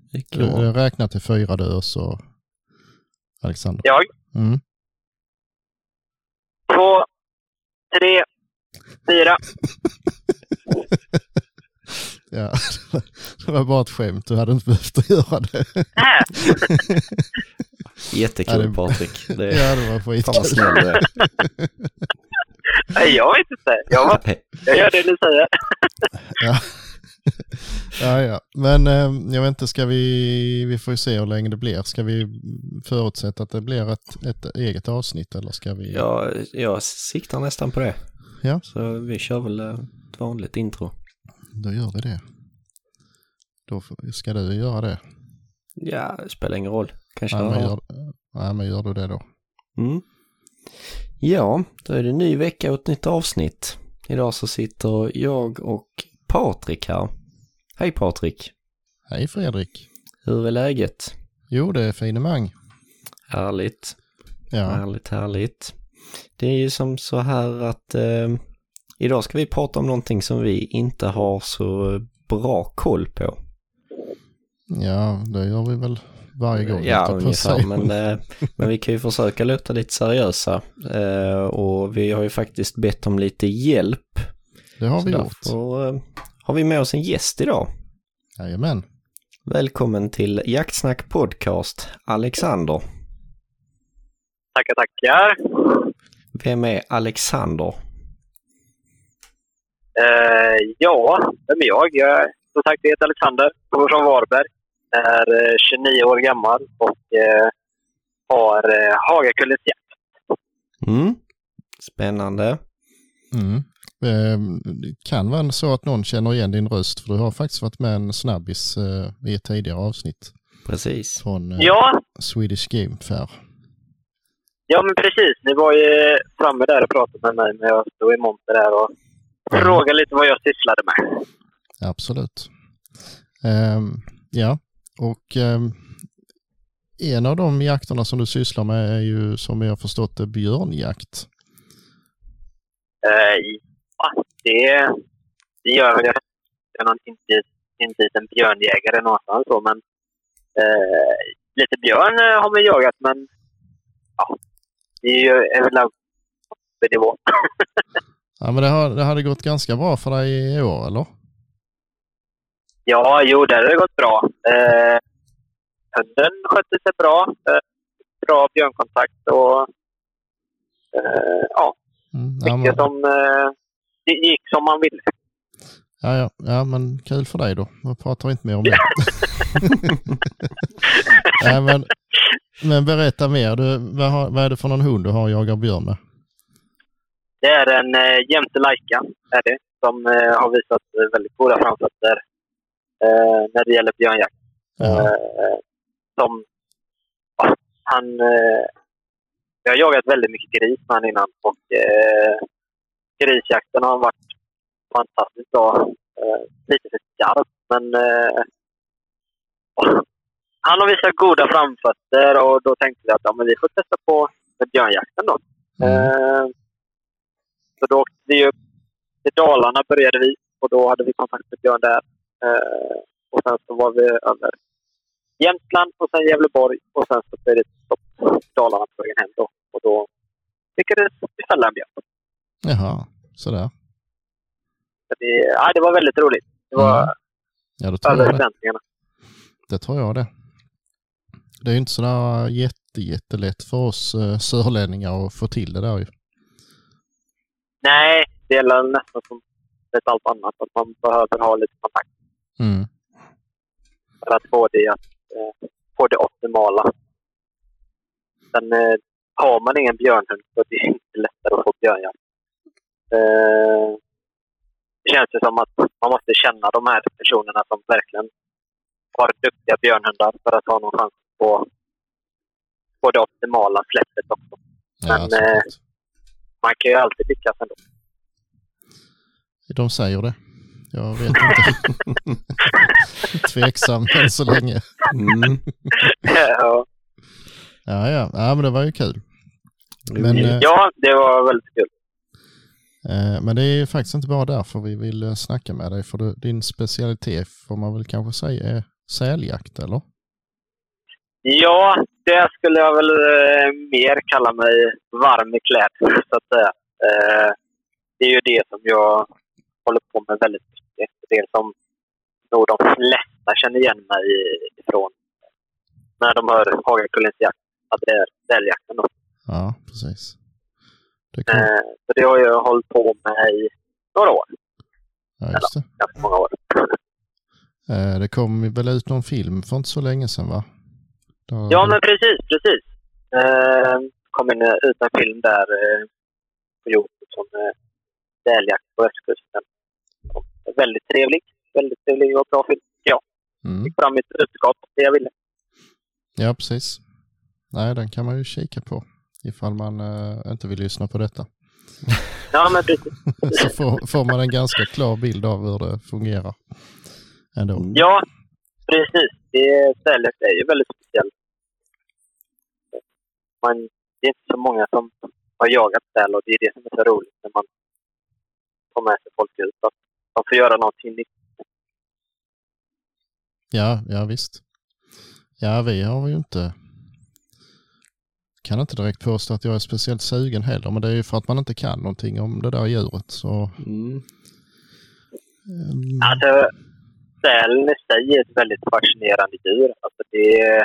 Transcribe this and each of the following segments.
Räkna till 4 dör så Alexander. Jag? 2, 3, 4. Ja, det var bara ett skämt. Du hade inte behövt göra det. Jättekul, Patrik. Ja, det var skitkul. Fan vad snäll du är. Nej, jag vet inte. Jag gör det du säger. Ja. Men jag vet inte, vi får ju se hur länge det blir. Ska vi förutsätta att det blir ett eget avsnitt eller ska vi... Ja, jag siktar nästan på det. Ja. Så vi kör väl ett vanligt intro. Då gör vi det. Då ska du göra det. Ja, det spelar ingen roll. Kanske men gör du det då. Ja, då är det en ny vecka och ett nytt avsnitt. Idag så sitter jag och Patrik här. Hej Patrik. Hej Fredrik. Hur är läget? Jo, det är finemang. Härligt. Ja. Härligt. Det är ju som så här att idag ska vi prata om någonting som vi inte har så bra koll på. Ja, det gör vi väl varje gång. Ja, ungefär. Men vi kan ju försöka låta lite seriösa. Och vi har ju faktiskt bett om lite hjälp. Det har vi gjort. Därför har vi med oss en gäst idag. Jajamän. Välkommen till Jaktsnack podcast, Alexander. Tackar. Vem är Alexander? Vem är jag? Som sagt, jag heter Alexander, kommer från Varberg. Är 29 år gammal och har Hagakullens jakt. Spännande. Det kan vara så att någon känner igen din röst, för du har faktiskt varit med en snabbis i ett tidigare avsnitt. Precis. Från Swedish Game Fair. Ja, men precis. Ni var ju framme där och pratade med mig när jag stod i monter där och frågade lite vad jag sysslade med. Absolut. Ja, och en av de jakterna som du sysslar med är ju, som jag har förstått det, björnjakt. Ja, det gör väl jag inte en björnjägare någonstans så, men lite björn har vi jagat, men ja, det är väl på nivå. Ja, men det hade gått ganska bra för dig i år, eller? Ja, jo, det hade gått bra. Hunden skötte sig bra. Bra björnkontakt och mycket som det gick som man ville. Ja, men kul för dig då. Jag pratar inte mer om det. Ja, men berätta mer. Vad är det för någon hund du har jagat björn med? Det är en jämte Laika, är det, som har visat väldigt goda framfötter när det gäller björnjakt. Jag har jagat väldigt mycket gris med innan och grisjakten har varit fantastiskt bra. Lite för skarp, men han har visat goda framfötter och då tänkte vi att men vi får testa på björnjakten då. Så då åkte vi upp till Dalarna, började vi, och då hade vi kontakt med björn där. Och sen så var vi över Jämtland och sen Gävleborg och sen så blev det stopp Dalarna på vägen hem då. Och då lyckades vi fälla en björn. Jaha, sådär. Det var väldigt roligt. Det var det tror jag förväntningarna. Det tror jag det. Det är ju inte sådär jättelätt för oss sörlänningar att få till det där ju. Nej, det gäller nästan som allt annat. Att man behöver ha lite kontakt. För att få det optimala. Sen har man ingen björnhund så det är inte lättare att få björnjakt. Det känns ju som att man måste känna de här personerna som verkligen har duktiga björnhundar för att ha någon chans på det optimala släppet också. Men man kan ju alltid lyckas ändå. De säger det. Jag vet inte. Tveksam än så länge. Ja, men det var ju kul. Men, ja, det var väldigt kul. Men det är faktiskt inte bara därför vi vill snacka med dig. För din specialitet får man väl kanske säga är säljakt, eller? Ja, det skulle jag väl mer kalla mig varm i kläder, så att säga. Det är ju det som jag håller på med väldigt mycket. Det som nog de flesta känner igen mig ifrån när de hör Hagakullens jakt, att det är säljakten då. Ja, precis. Så det har jag hållit på med i några år. Ja, just det. Ganska många år. Det kom väl ut någon film för inte så länge sedan, va? Ja, men precis. Kom ut en film där på Youtube som säljakt på Östkusten. Väldigt trevlig och bra film. Ja, fick fram mitt budskap, det jag ville. Ja, precis. Nej, den kan man ju kika på ifall man inte vill lyssna på detta. Ja, men precis. Så får man en ganska klar bild av hur det fungerar ändå. Ja, precis. Säljakt är ju väldigt speciellt. Det är inte så många som har jagat säl, och det är det som är så roligt när man får med sig folk ut. Att de får göra någonting nytt. Ja, visst. Ja, vi har ju inte... Kan inte direkt påstå att jag är speciellt sugen heller, men det är ju för att man inte kan någonting om det där djuret. Så... Alltså, sälen i sig är ett väldigt fascinerande djur. Alltså, det är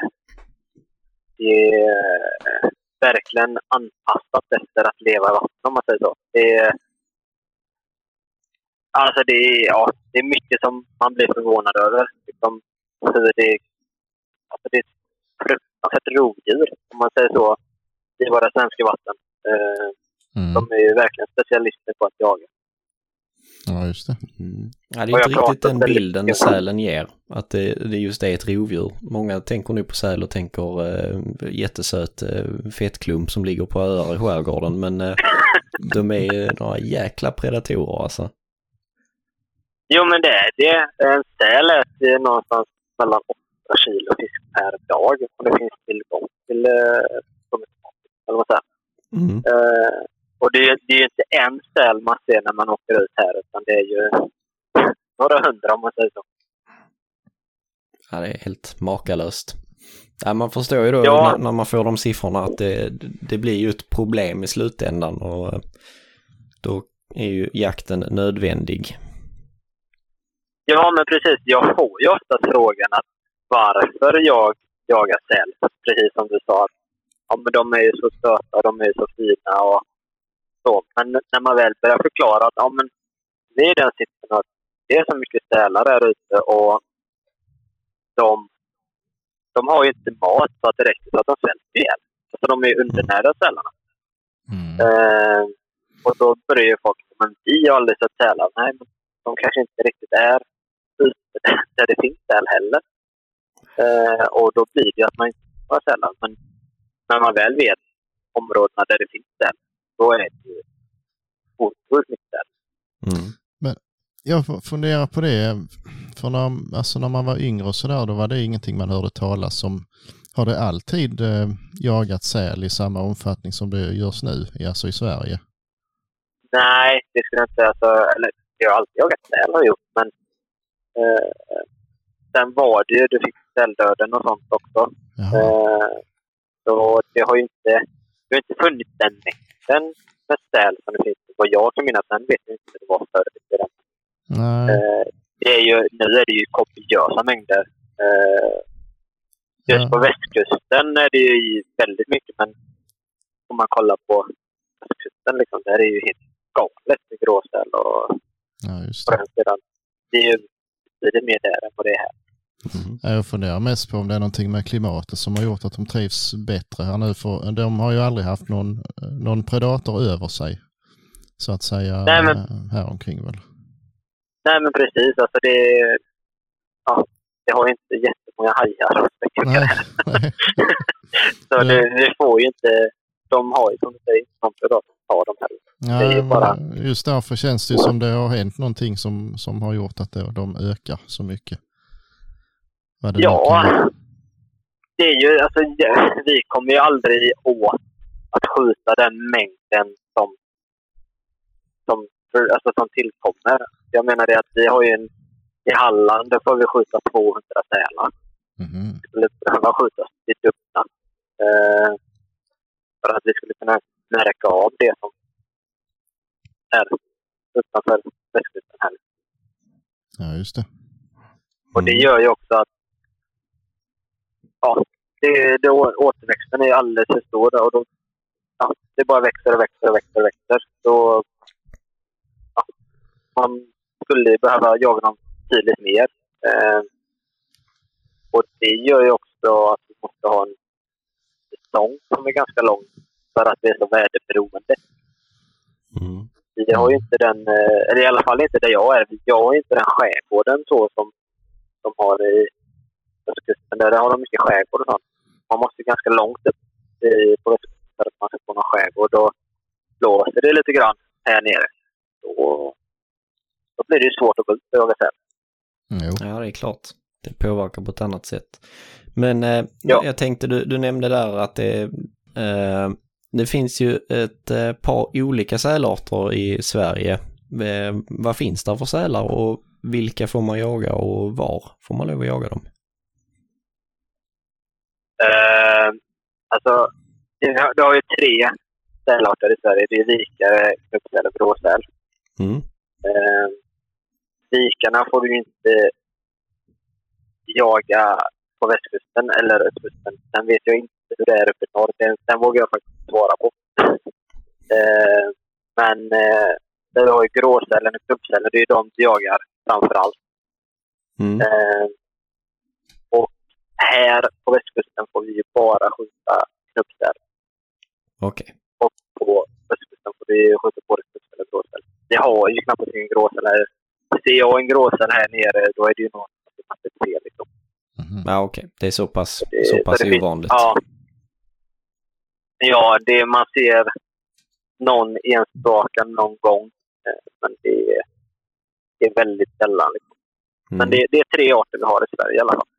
verkligen anpassat efter att leva i vatten, om man säger så. Det är mycket som man blir förvånad över. Liksom, hur det är ett fruktansvärt rovdjur, om man säger så, i våra svenska vatten. De är ju verkligen specialister på att jaga. Ja, just det. Ja, det är inte riktigt den bilden sälen ger. Att det just är ett rovdjur. Många tänker nu på säl och tänker jättesöt fettklump som ligger på öar i skärgården. Men de är några jäkla predatorer, alltså. Jo, men det är det. En säl är någonstans mellan 8 kilo fisk per dag. Och det finns tillgång till eller vad säger. Och det är ju inte en säl man ser när man åker ut här, utan det är ju några hundra, om man säger så. Ja, det är helt makalöst. Ja, man förstår ju då när man får de siffrorna att det blir ju ett problem i slutändan, och då är ju jakten nödvändig. Ja, men precis. Jag får ju ofta frågan att varför jag jagar säl. Precis som du sa. Ja, men de är ju så söta, de är ju så fina och så. Men när man väl börjar förklara att men det är den sitsen att det är så mycket sälar där ute, och de har ju inte mat så att det räcker så att de svälter ihjäl. Så de är ju undernärda, sälarna. Och då börjar ju folk, men vi har aldrig sett sälar. Nej, men de kanske inte riktigt är ute där det finns säl heller. Och då blir det ju att man inte har sälar. Men när man väl vet områdena där det finns säl, då är det ju otroligt mycket säl. Men jag funderar på det. För när man var yngre och sådär, då var det ingenting man hörde talas om. Har det alltid jagat säl i samma omfattning som det görs nu, alltså i Sverige? Nej, det skulle jag inte säga. Eller jag har alltid jagat säl, har gjort, men sen var det ju, du fick säldöden och sånt också. Så det har ju inte funnits den mängden med säl som det finns. Vad jag kan minnas, sen vet jag inte hur det var förr. Nu är det ju kopiösa mängder. Just på västkusten är det ju väldigt mycket, men om man kollar på västkusten, liksom, där är det ju helt galet med gråsäl och på den sidan. Det är mer där än vad det är här. Jag funderar mest på om det är någonting med klimatet som har gjort att de trivs bättre här nu. För de har ju aldrig haft någon predator över sig, så att säga. Nej, men, här omkring väl. Nej, men precis. Alltså det har ju inte jättemånga hajar och späckhuggare. Så det får ju inte, de har ju som du säger någon predator har de heller. Ja, det är ju bara... Just därför känns det som det har hänt någonting som har gjort att de ökar så mycket. Det är ju, alltså, vi kommer ju aldrig åt att skjuta den mängden som tillkommer. Jag menar det att vi har ju i Halland där får vi skjuta 200 sälar. Det skulle behöva skjutas i dubbla. För att vi skulle kunna märka av det som är utanför västkusten här. Ja, just det. Och det gör ju också att det återväxten är alldeles för stor och då det bara växer. Så man skulle behöva jaga dem tydligt mer. Och det gör ju också att vi måste ha en säsong som är ganska lång för att det är så väderberoende. Vi har ju inte den, eller i alla fall inte där jag är. Jag har inte den skärgården så som de har i västkusten. Där har de mycket skärgård och sånt. Man måste ganska långt upp på västkusten för att man ska få någon skärgård. Då blåser det lite grann här nere. Då blir det ju svårt att gå ut och jaga säl. Ja, det är klart. Det påverkar på ett annat sätt. Men jag tänkte, du nämnde där att det finns ju ett par olika sälarter i Sverige. Vad finns det för sälar och vilka får man jaga och var får man lov att jaga dem? Alltså, du har ju 3 sälarter i Sverige. Det är vikare, knubbsäl och gråsäl. Vikarna får du inte jaga på västkusten eller östkusten. Sen vet jag inte hur det är uppe i norr. Den vågar jag faktiskt svara på. Men där har ju gråsälen och knubbsälen, det är de du jagar framför allt. Och här på västkusten får vi ju bara skjuta knubbsäl. Okej. Och på östkusten får vi skjuta både knubbsäl och gråsäl. Vi har ju knappt en gråsäl här. Ser jag en gråsäl här nere, då är det ju något som är fel liksom. Ja, okej. Det är så pass ovanligt. Ja, det man ser någon enstaka någon gång. Men det är väldigt sällan liksom. Men det är 3 arter vi har i Sverige i alla fall.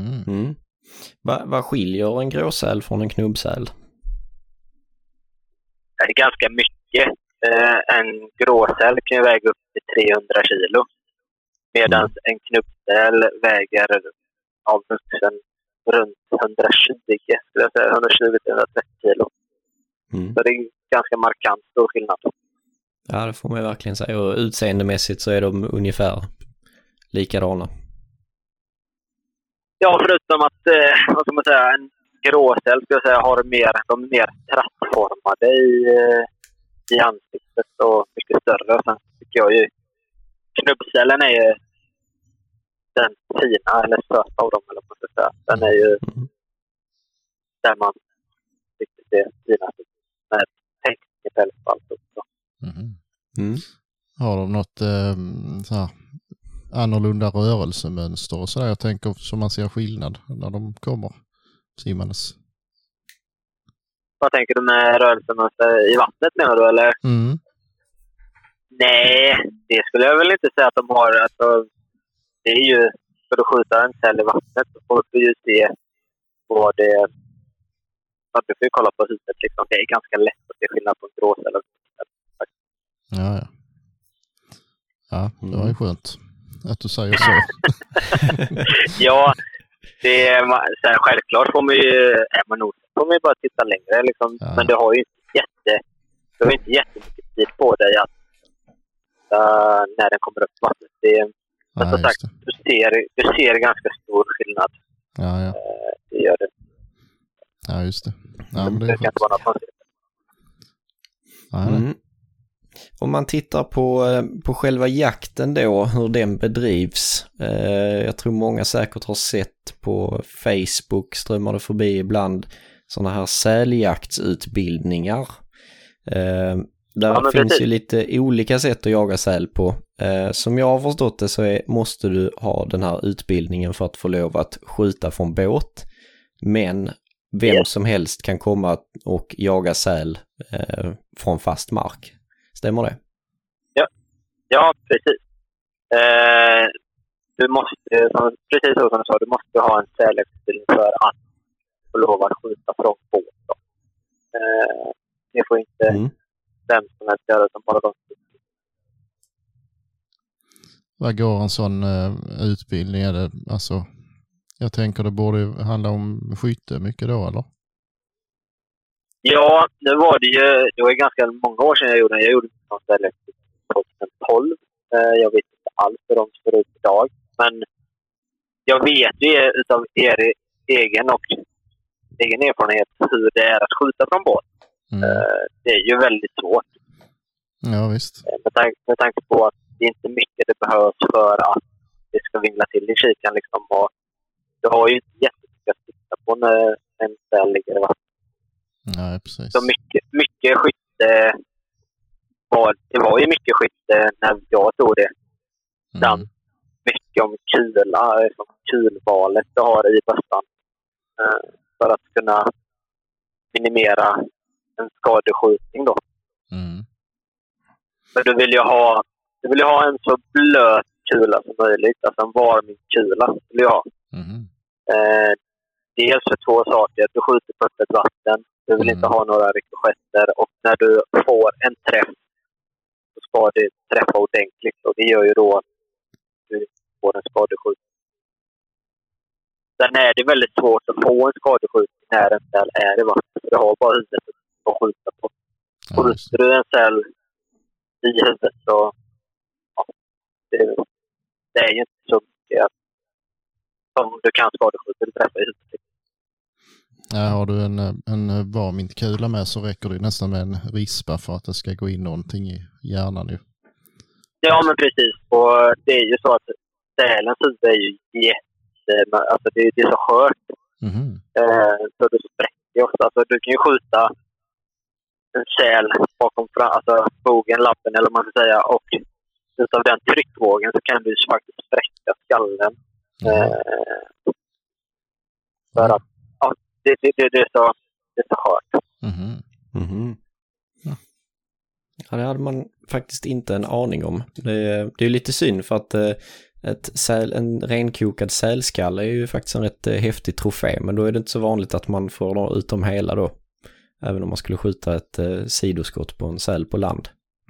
Vad skiljer en gråsäl från en knubbsäl? Det är ganska mycket. En gråsäl kan ju väga upp till 300 kilo. Medan en knubbsäl väger av vuxen runt 120, skulle jag säga, 120-130 kilo. Så det är ganska markant stor skillnad. Ja, det får man ju verkligen säga. Och utseendemässigt så är de ungefär likadana. Ja, förutom att vad ska man säga, en gråsäl ska jag säga har de är mer trattformade i ansiktet och mycket större. Och sen tycker jag ju knubbsälen är ju den fina eller söta av dem, eller vad man ska säga. Den är ju där man riktigt är fina med tänkning på allt också. Har de något så här annorlunda rörelsemönster och sådär? Jag tänker som man ser skillnad när de kommer simmandes. Vad tänker du med rörelsemönster i vattnet, menar du, eller? Nej, det skulle jag väl inte säga att de har. Alltså, det är ju, ska du skjuta en säl i vattnet så får du ju se vad det är. Du får ju kolla på huvudet liksom. Det är ganska lätt att se skillnad på en gråsäl och Ja. Ja, det var ju skönt att du säger så. Ja, det är så här, självklart får man ju bara titta längre liksom. Ja. Men du har ju inte jättemycket tid på dig att när den kommer upp i vattnet. Men som sagt, du ser ganska stor skillnad. Ja. Det gör det. Ja, just det. Ja, men det kan inte vara något konstigt. Om man tittar på själva jakten då, hur den bedrivs. Jag tror många säkert har sett på Facebook, strömmar det förbi ibland, sådana här säljaktsutbildningar. Där finns ju lite olika sätt att jaga säl på. Som jag har förstått det så måste du ha den här utbildningen för att få lov att skjuta från båt. Men vem som helst kan komma och jaga säl från fast mark. Stämmer det? Ja, precis. Du måste, precis som du sa, du måste ha en sälutbildning för att få lov att skjuta från båt. Det får inte vem som helst göra som bara de. Vad går en sån utbildning? Är det, alltså, jag tänker det borde handla om skytte mycket då, eller? Ja, det var ganska många år sedan jag gjorde det. Jag gjorde det någonstans 2012. Jag vet inte alls hur de ser ut idag. Men jag vet ju utav egen erfarenhet hur det är att skjuta från båt. Det är ju väldigt svårt. Ja, visst. Med tanke på att det är inte mycket det behövs för att det ska vingla till i kikan liksom. Och du har ju inte jättemycket att titta på när en säl ligger i vattnet. Nej, precis. Så mycket skytte det var ju mycket skytte när jag tog det. Sen mycket om kulvalet du har i bössan för att kunna minimera en skadeskjutning då. Men du vill ju ha en så blöt kula som möjligt, alltså en varm kula vill jag ha. Dels för två saker. Du skjuter på öppet vatten. Du vill inte ha några rikoschetter. Och när du får en träff så ska det träffa ordentligt. Och det gör ju då att du får en skadeskjutning. Sen är det väldigt svårt att få en skadeskjutning när en säl är i vatten. För du har bara huvudet att skjuta på. Skjuter du en säl i huvudet så det är ju inte så mycket att som du kan skadeskjuta eller träffa i huvudet. Ja, har du en varmintkula med så räcker det nästan med en rispa för att det ska gå in någonting i hjärnan ju. Ja, men precis. Och det är ju så att sälens huvud är ju alltså det är så skört. Så du spräcker ofta. Alltså du kan ju skjuta en säl bakom alltså bogen, lappen eller vad man ska säga. Och utav den tryckvågen så kan du faktiskt spräcka skallen. För att det är så skört. Ja, det hade man faktiskt inte en aning om. Det är lite synd för att en renkokad sälskalle är ju faktiskt en rätt häftig trofé, men då är det inte så vanligt att man får ut dem hela då. Även om man skulle skjuta ett sidoskott på en säl på land.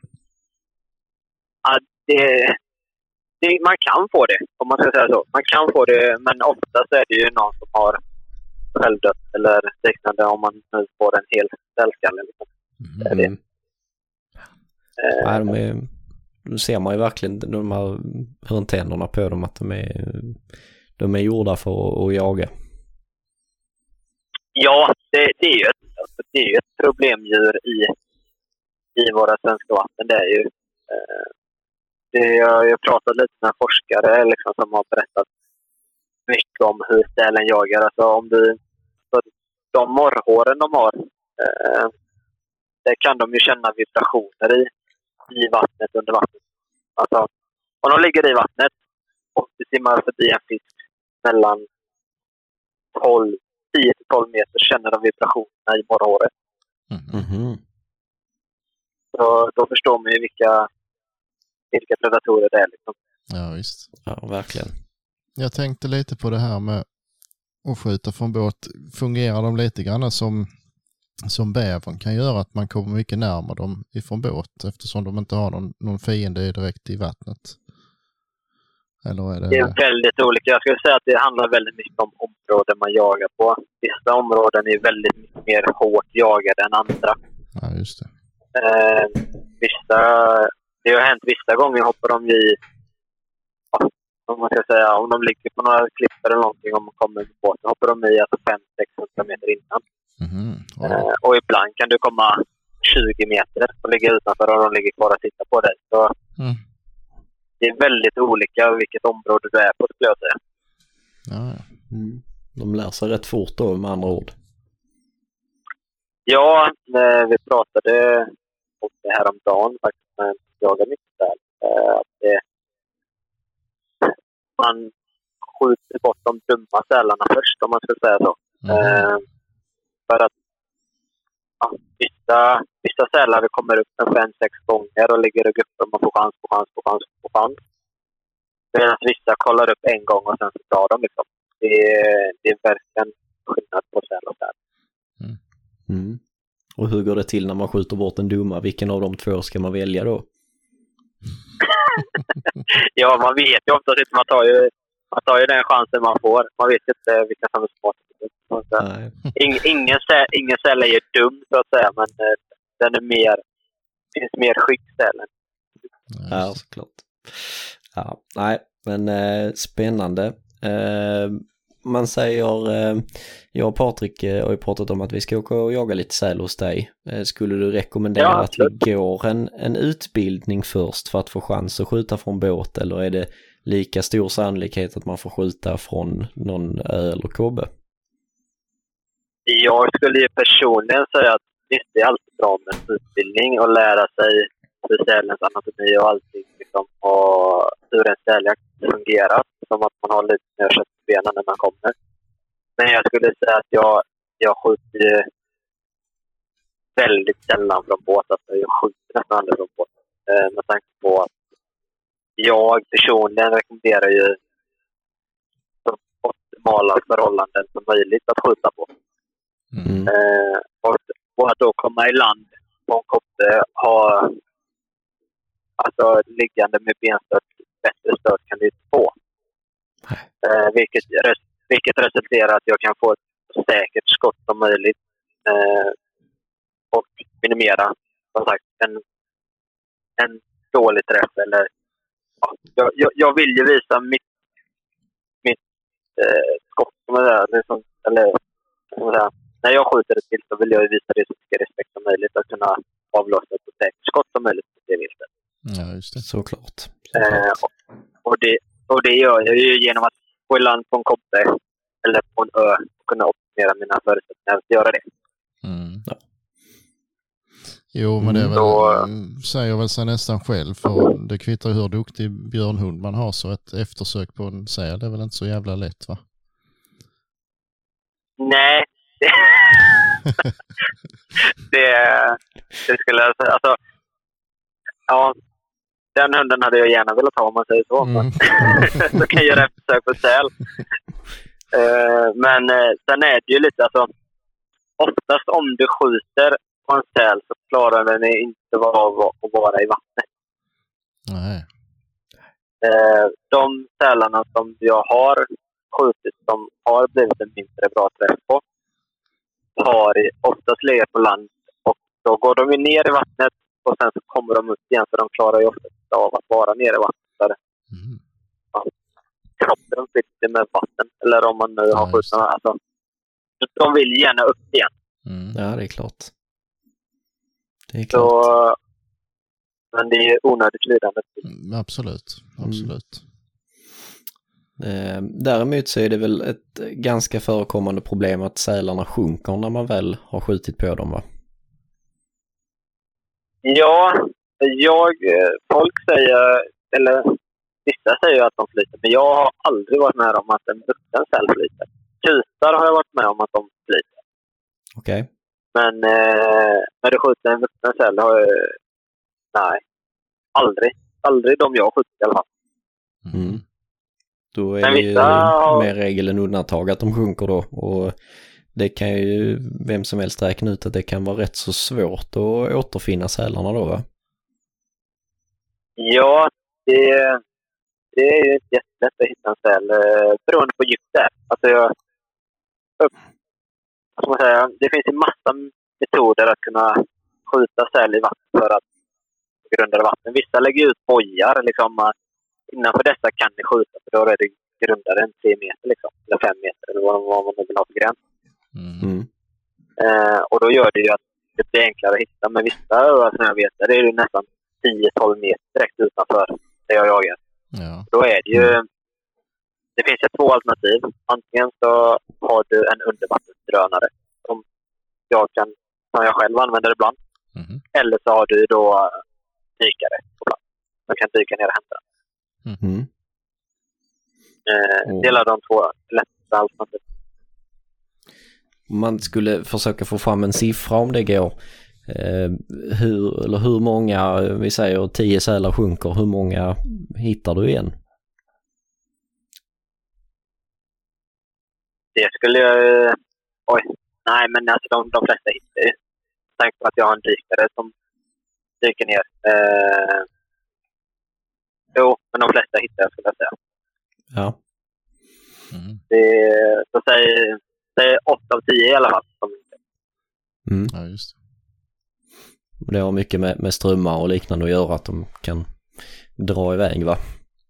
Ja, man kan få det, om man ska säga så. Man kan få det, men oftast är det ju någon som har självdött eller liknande om man nu får en hel sälskalle. Liksom. Då ser man ju verkligen de här hörntänderna på dem att de är gjorda för att jaga. Ja, det är ju ett problemdjur i våra svenska vatten. Det är ju jag pratat lite med forskare liksom, som har berättat mycket om hur sälen jagar. Alltså de morrhåren de har, där kan de ju känna vibrationer i vattnet, under vattnet. Alltså, om de ligger i vattnet och du simmar förbi en fisk mellan 10-12 meter känner de vibrationerna i morrhåret. Så då förstår man ju vilka predatorer det är liksom. Ja, visst. Ja, verkligen. Jag tänkte lite på det här med att skjuta från båt. Fungerar de lite grann som bävern kan göra, att man kommer mycket närmare dem ifrån båt eftersom de inte har någon fiende direkt i vattnet? Eller är det väldigt olika. Jag skulle säga att det handlar väldigt mycket om områden man jagar på. Vissa områden är väldigt mycket mer hårt jagade än andra. Ja, just det. Det har hänt vissa gånger hoppar de i, om man ska säga, om de ligger på några klippor eller någonting, om man kommer på båten, hoppar de i alltså 500-600 meter innan. Och ibland kan du komma 20 meter och ligga utanför och de ligger kvar och tittar på dig. Så det är väldigt olika vilket område du är på, skulle jag säga. Ja. De lär sig rätt fort då, med andra ord. Ja, vi pratade om det här om dagen faktiskt, men jag är mycket där. Man skjuter bort de dumma sälarna först, om man ska säga så. För att vissa sälar kommer upp 5-6 gånger och ligger och guppar och man får chans. Medan vissa kollar upp en gång och sen så drar de liksom. Det är verkligen skillnad på säl och säl. Och hur går det till när man skjuter bort en dumma? Vilken av de två ska man välja då? Ja, man vet ju oftast inte. Man tar ju den chansen man får. Man vet inte vilka som är smart. Ingen säl är ju dum, så att säga. Men den är mer... Det finns mer skickställen. Ja, såklart. Ja, nej, men spännande. Man säger, jag och Patrik har ju pratat om att vi ska åka och jaga lite säl hos dig. Skulle du rekommendera att vi går en utbildning först för att få chans att skjuta från båt, eller är det lika stor sannolikhet att man får skjuta från någon ö eller kobbe? Jag skulle ju personligen säga att det är alltid bra med utbildning och lära sig hur sälens anatomi och allting liksom, och hur en säljakt fungerar, som att man har lite mer kött på benen när man kommer. Men jag skulle säga att jag skjuter väldigt sällan från båt. Alltså jag skjuter nästan aldrig från båt. Med tanke på att jag personligen rekommenderar ju så optimala förhållanden som möjligt att skjuta på. Och att då komma i land på en kobbe, ha alltså liggande med benstört, bättre stört kan du inte få. Vilket resulterar att jag kan få ett så säkert skott som möjligt och minimera, som sagt, en dålig träff. Eller, jag vill ju visa mitt skott, när jag skjuter ett vilt så vill jag visa det så mycket respekt som möjligt, att kunna avlossa ett så säkert skott som möjligt på det viltet. Ja, just det. Såklart. Och det gör jag ju genom att få i land på en kobbe eller på en ö och kunna optimera mina förutsättningar att göra det. Ja. Jo, men det är väl, säger väl sig nästan själv, för det kvittar hur duktig björnhund man har, så ett eftersök på en säl, det är väl inte så jävla lätt, va? Nej. det skulle jag säga. Alltså, ja, den hunden hade jag gärna velat ha, om man säger så. Så kan jag göra eftersök på säl. Men sen är det ju lite, alltså, oftast om du skjuter på en säl så klarar den inte av att vara i vattnet. Nej. De sälarna som jag har skjutit som har blivit en mindre bra träff på har oftast legat på land, och då går de ner i vattnet och sen så kommer de upp igen, för de klarar ju oftast av att vara nere i vattnet där kroppen sitter med vatten, eller om man nu har skjutit, alltså, de vill gärna upp igen. Ja, det är klart. Så, men det är onödigt lidande. Absolut. Däremot så är det väl ett ganska förekommande problem att sälarna sjunker när man väl har skjutit på dem, va? Ja, folk säger, eller vissa säger att de flyter, men jag har aldrig varit med om att en vuxen säl flyter. Kutar har jag varit med om att de flyter. Okej. Men när du skjuter en vuxen säl har jag, nej, aldrig de jag har skjutit i alla fall. Då är det ju mer regel än undantag att de sjunker då, och det kan ju vem som helst räkna ut att det kan vara rätt så svårt att återfinna sälarna då, va? Ja, det är ju inte jättelätt att hitta en säl beroende på djup där. Alltså det finns ju massa metoder att kunna skjuta säl i vatten för att grunda vatten. Vissa lägger ut bojar liksom, innanför dessa kan ni skjuta, för då är det grundare än 3 meter liksom, eller 5 meter eller vad man vill ha för gräns. Och då gör det ju att det blir enklare att hitta. Men vissa öar som jag vet, det är ju nästan 10-12 meter direkt utanför det jag jagar. Ja. Då är det ju, det finns ju 2 alternativ. Antingen så har du en undervattensdrönare som jag själv använder ibland. Eller så har du då dykare på plats. Man kan dyka ner och hämta den. Delar de 2 lätta alternativ. Man skulle försöka få fram en siffra om det går. Hur många, vi säger 10 sälar sjunker, hur många hittar du igen? Det skulle jag... Nej, men alltså de flesta hittar ju. Tänk på att jag har en dykare som dyker ner. Jo, men de flesta hittar jag, skulle jag säga. Ja. Så säg 8 av 10 i alla fall. Ja, just det. Det har mycket med strömmar och liknande att göra, att de kan dra iväg, va?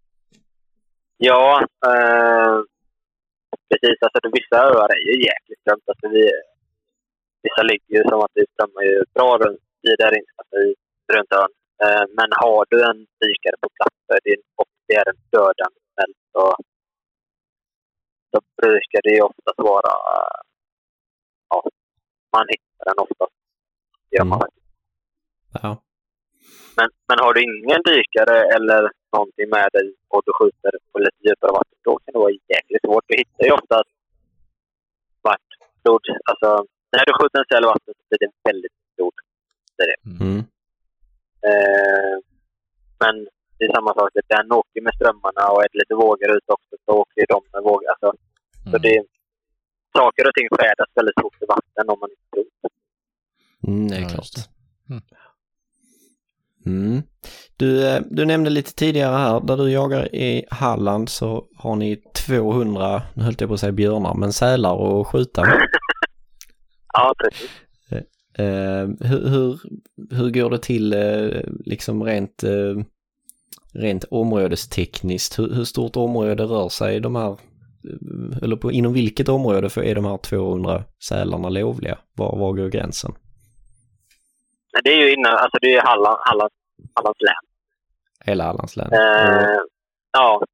Ja, precis. Alltså, vissa öar är ju jäkligt strömt. Alltså, vissa ligger ju som att det strömmar ju bra runt där inne, alltså, runt ön. Men har du en dykare på plats och det är en dödande smäll, så brukar det ju oftast vara... Ja, man hittar den oftast. Det gör man faktiskt. Ja. Men har du ingen dykare eller någonting med dig och du skjuter på lite djupare vatten, då kan det vara jäkligt svårt. Du hittar ju ofta svartblod. Alltså, när du skjuter en säl i vatten så blir det väldigt stort. Men det är samma sak. Den åker med strömmarna och är det lite vågor ut också, så åker de med vågor. Alltså, så saker och ting färdas väldigt fort i vatten om man inte tror. Det är klart. Du nämnde lite tidigare här, där du jagar i Halland så har ni 200, nu höll jag på att säga björnar, men sälar att skjuta. Ja, precis. Hur går det till liksom rent områdestekniskt? Hur stort område rör sig de här, eller inom vilket område är de här 200 sälarna lovliga? Var går gränsen? Det är ju innan, alltså det är Hallands län. Hela Hallands län. Ja.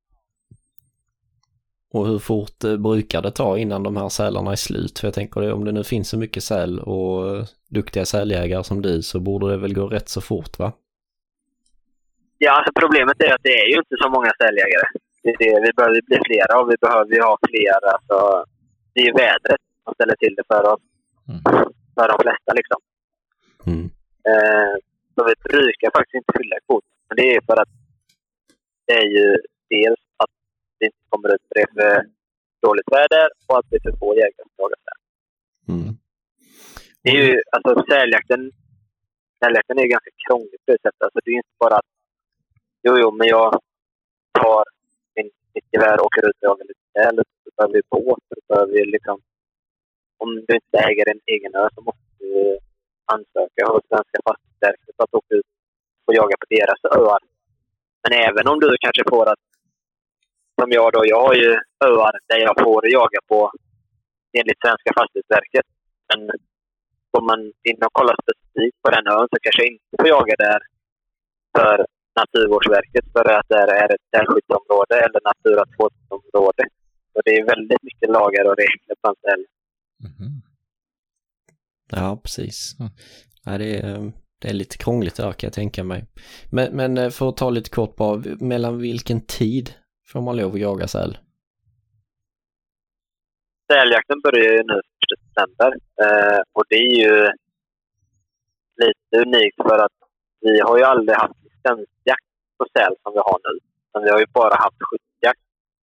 Och hur fort brukar det ta innan de här sälarna är slut? För jag tänker, om det nu finns så mycket säl och duktiga säljägare som du, så borde det väl gå rätt så fort, va? Ja, alltså problemet är att det är ju inte så många säljägare. Vi behöver bli flera och vi behöver ju ha fler. Alltså, det är ju vädret som ställer till det för oss. För de flesta liksom. Så vi brukar faktiskt inte fylla kvoten. Men det är för att det är ju dels att det inte kommer ut för dåligt väder och att det är för få jägare som jagar säl. Det är ju, alltså säljakten är ju ganska krångligt på det sättet. Alltså det är inte bara att men jag tar mitt gevär och åker ut och jagar lite säl, så behöver vi båt, så behöver vi liksom, om du inte äger en egen ö så måste du ansöka hos Svenska Fastighetsverket för att åka ut och jaga på deras öar. Men även om du kanske får att, som jag har ju öar där jag får jaga på enligt Svenska Fastighetsverket. Men om man in och kollar specifikt på den ön så kanske jag inte får jaga där för Naturvårdsverket för att det är ett sälskyddsområde eller Natura 2000-område. Så det är väldigt mycket lagar och regler på en ställe. Ja, precis. Ja, det är lite krångligt där, kan jag tänka mig. Men för att ta lite kort bara, mellan vilken tid får man lov att jaga säl? Säljakten börjar ju nu 1 september. Och det är ju lite unikt för att vi har ju aldrig haft licensjakt på säl som vi har nu. Men vi har ju bara haft skyddsjakt.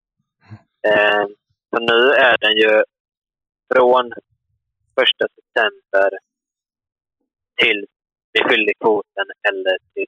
Så nu är den ju från 1 september till vi fyller kvoten eller till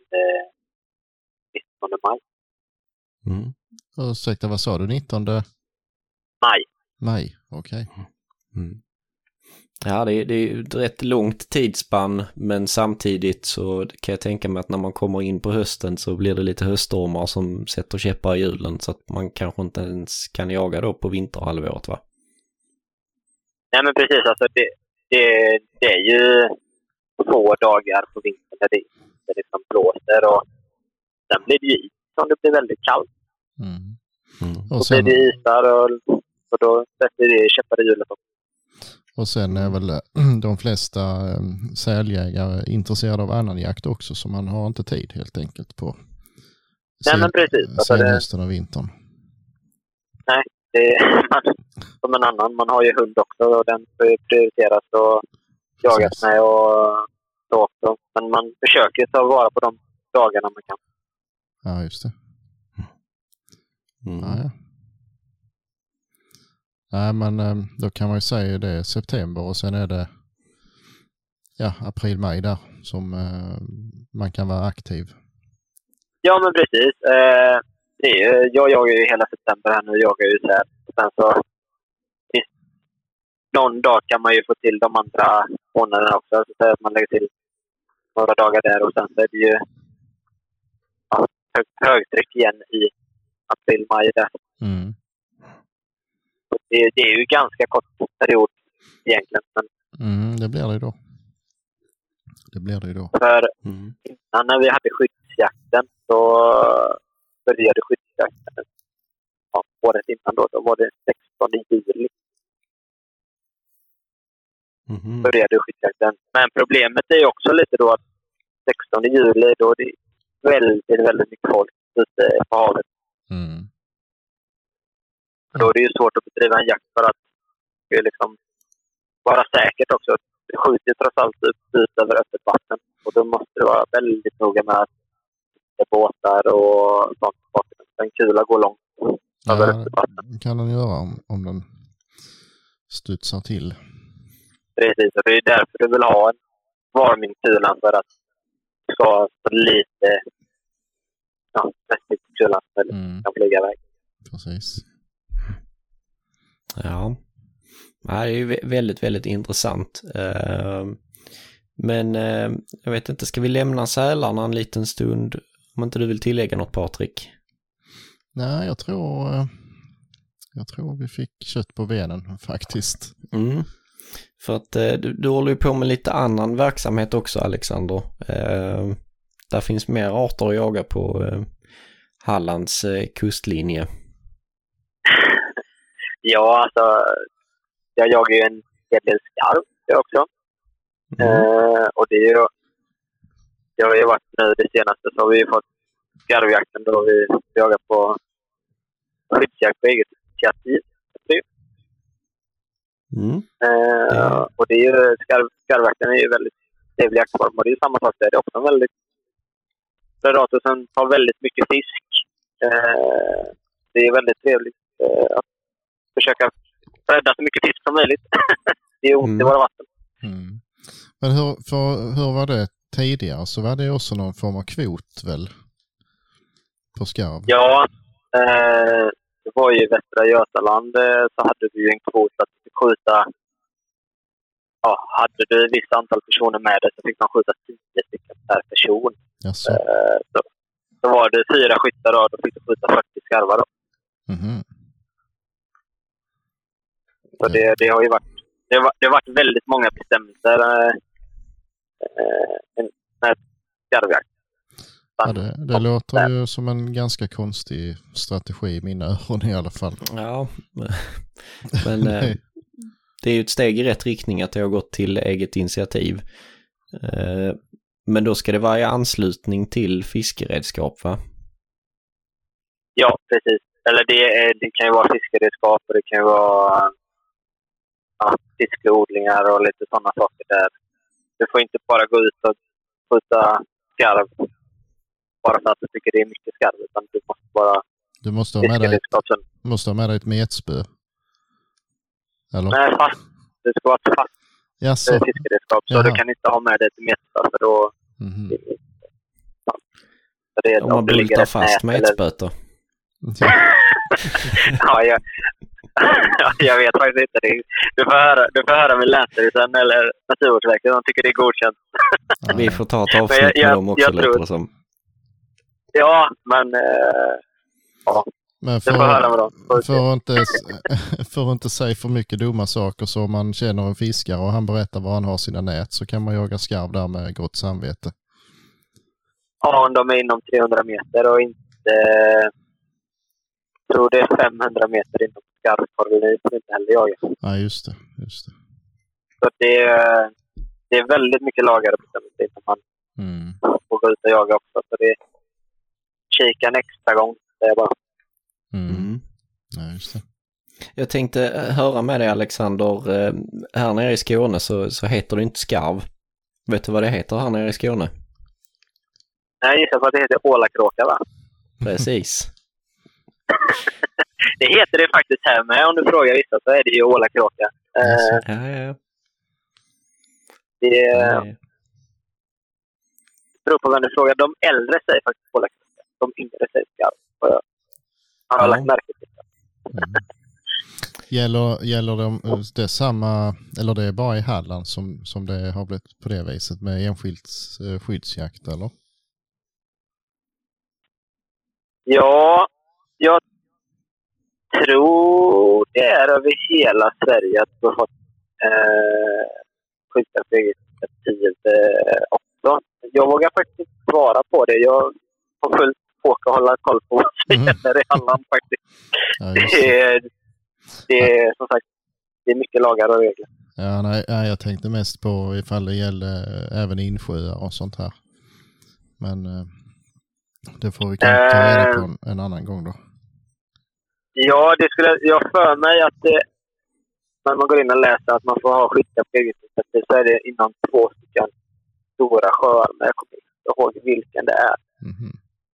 19 maj. Ursäkta, vad sa du? 19? Maj. Maj, okej. Ja, det är ett rätt långt tidsspann, men samtidigt så kan jag tänka mig att när man kommer in på hösten så blir det lite höststormar som sätter käppar i hjulen, så att man kanske inte ens kan jaga då på vinterhalvåret, va? Nej, men precis. Alltså det är ju få dagar på vintern där det liksom blåser och sen blir det ju is om det blir väldigt kallt. Och sen blir det isar och då sätter det käppar i hjulet också. Och sen är väl de flesta säljägare intresserade av annan jakt också, så man har inte tid helt enkelt på hösten och vintern. Nej, det är som en annan. Man har ju hund också och den prioriteras och jagas med och så också. Men man försöker ta vara på de dagarna man kan. Ja, just det. Ja. Nej, men då kan man ju säga det är september och sen är det april, maj där som man kan vara aktiv. Ja, men precis. Jag jagar ju hela september här nu. Jagar ju så här. Sen så någon dag kan man ju få till de andra månaderna också. Så att man lägger till några dagar där och sen så är det ju högtryck igen i april, maj där. Mm. Det är ju ganska kort period egentligen. Men det blir det då. Det blir det då. För innan när vi hade skyddsjakten så började skyddsjakten året innan då var det 16 juli. Började skyddsjakten. Men problemet är ju också lite då att 16 juli då det är väldigt mycket folk ute på havet. Då är det ju svårt att bedriva en jakt för att det liksom vara säkert också. Det skjuter trots allt ut över öppet vatten. Och då måste det vara väldigt noga med att det är båtar och sånt. En kula går långt över öppet vatten. Det kan den göra om den studsar till. Precis, och det är därför du vill ha en varmingkulan för att det ska vara lite mässigt kulan eller kan flyga iväg. Precis. Ja, det är ju väldigt, väldigt intressant. Men jag vet inte, ska vi lämna sälarna en liten stund? Om inte du vill tillägga något, Patrik? Nej, jag tror vi fick kött på benen faktiskt. För att du håller ju på med lite annan verksamhet också, Alexander. Där finns mer arter att jaga på Hallands kustlinje. Ja, alltså jag jagar ju en hel del skarv också. Och det är ju jag har ju varit nu det senaste så har vi ju fått skarvjakten då vi jagar på skyddsjakt på eget initiativ. Och det är ju skarvjakten är ju väldigt trevlig jaktform och det är ju samma sak där. Det är också en väldigt predator som tar väldigt mycket fisk. Det är väldigt trevligt att försöka rädda så mycket fisk som möjligt. Det är ont i våra vatten. Men hur var det tidigare? Så var det också någon form av kvot väl? På skarv? Ja, det var ju i Västra Götaland så hade vi ju en kvot att skjuta. Ja, hade du ett visst antal personer med dig så fick man skjuta 10 stycken per person. Så var det 4 skyttar då fick du skjuta 40 skarvar då. Så det har ju varit det har varit väldigt många bestämmelser med skarvjakt. Ja, det låter ju som en ganska konstig strategi i mina öron i alla fall. Ja, men det är ju ett steg i rätt riktning att det har gått till eget initiativ. Men då ska det vara i anslutning till fiskeredskap, va? Ja, precis. Eller det kan ju vara fiskeredskap och det kan ju vara fiskeodlingar och lite sådana saker där. Du får inte bara gå ut och skjuta skarv bara för att du tycker det är mycket skarv, utan du måste bara måste ha med dig ett metspö. Eller? Nej, fast. Det ska vara ett fast fiskeredskap, så du kan inte ha med dig ett metspö för då om man bultar fast metspöt då? Ja, jag vet faktiskt inte det. Du får höra med Länsstyrelsen eller Naturvårdsverket. De tycker det är godkänt. Vi får ta ett avsnitt med dem också lite som. Ja, men men för inte säga för mycket dumma saker, så om man känner en fiskare och han berättar var han har sina nät så kan man jaga skarv där med gott samvete. Ja, om de är inom 300 meter och inte tror det är 500 meter inom skarvkoloni som inte heller jagar. Ja, just det. Så det är väldigt mycket lagar och bestämmelser innan man får gå ut och jaga också. Så det kika en extra gång. Det är bara. Ja, just det. Jag tänkte höra med dig, Alexander. Här nere i Skåne så heter det inte skarv. Vet du vad det heter här nere i Skåne? Jag gissar på att det heter ålakråka, va? Precis. Det heter det faktiskt här med. Om du frågar vissa så är det ju ålakråka. Ja. Det beror på vem du frågar. De äldre säger faktiskt ålakråka. de yngre sig skarv. Jag har lagt märke till det. Mm. Gäller det samma, eller det är bara i Halland som det har blivit på det viset med enskilt skyddsjakt, eller? Ja, jag tror det är över hela Sverige att vi har fått skyddsjakt på eget initiativ också. Jag vågar faktiskt inte svara på det. Jag har fullt åka och hålla koll på vad som gäller i Halland faktiskt. Ja, det är som sagt, det är mycket lagar och regler. Ja, nej, jag tänkte mest på ifall det gäller även insjöar och sånt här. Men det får vi kanske ta reda på en annan gång då. Ja, det skulle jag för mig att när man går in och läser att man får ha skyddsjakt på eget initiativ så är det inom 2 stycken stora sjöar, men jag kommer inte ihåg vilken det är. Mm-hmm.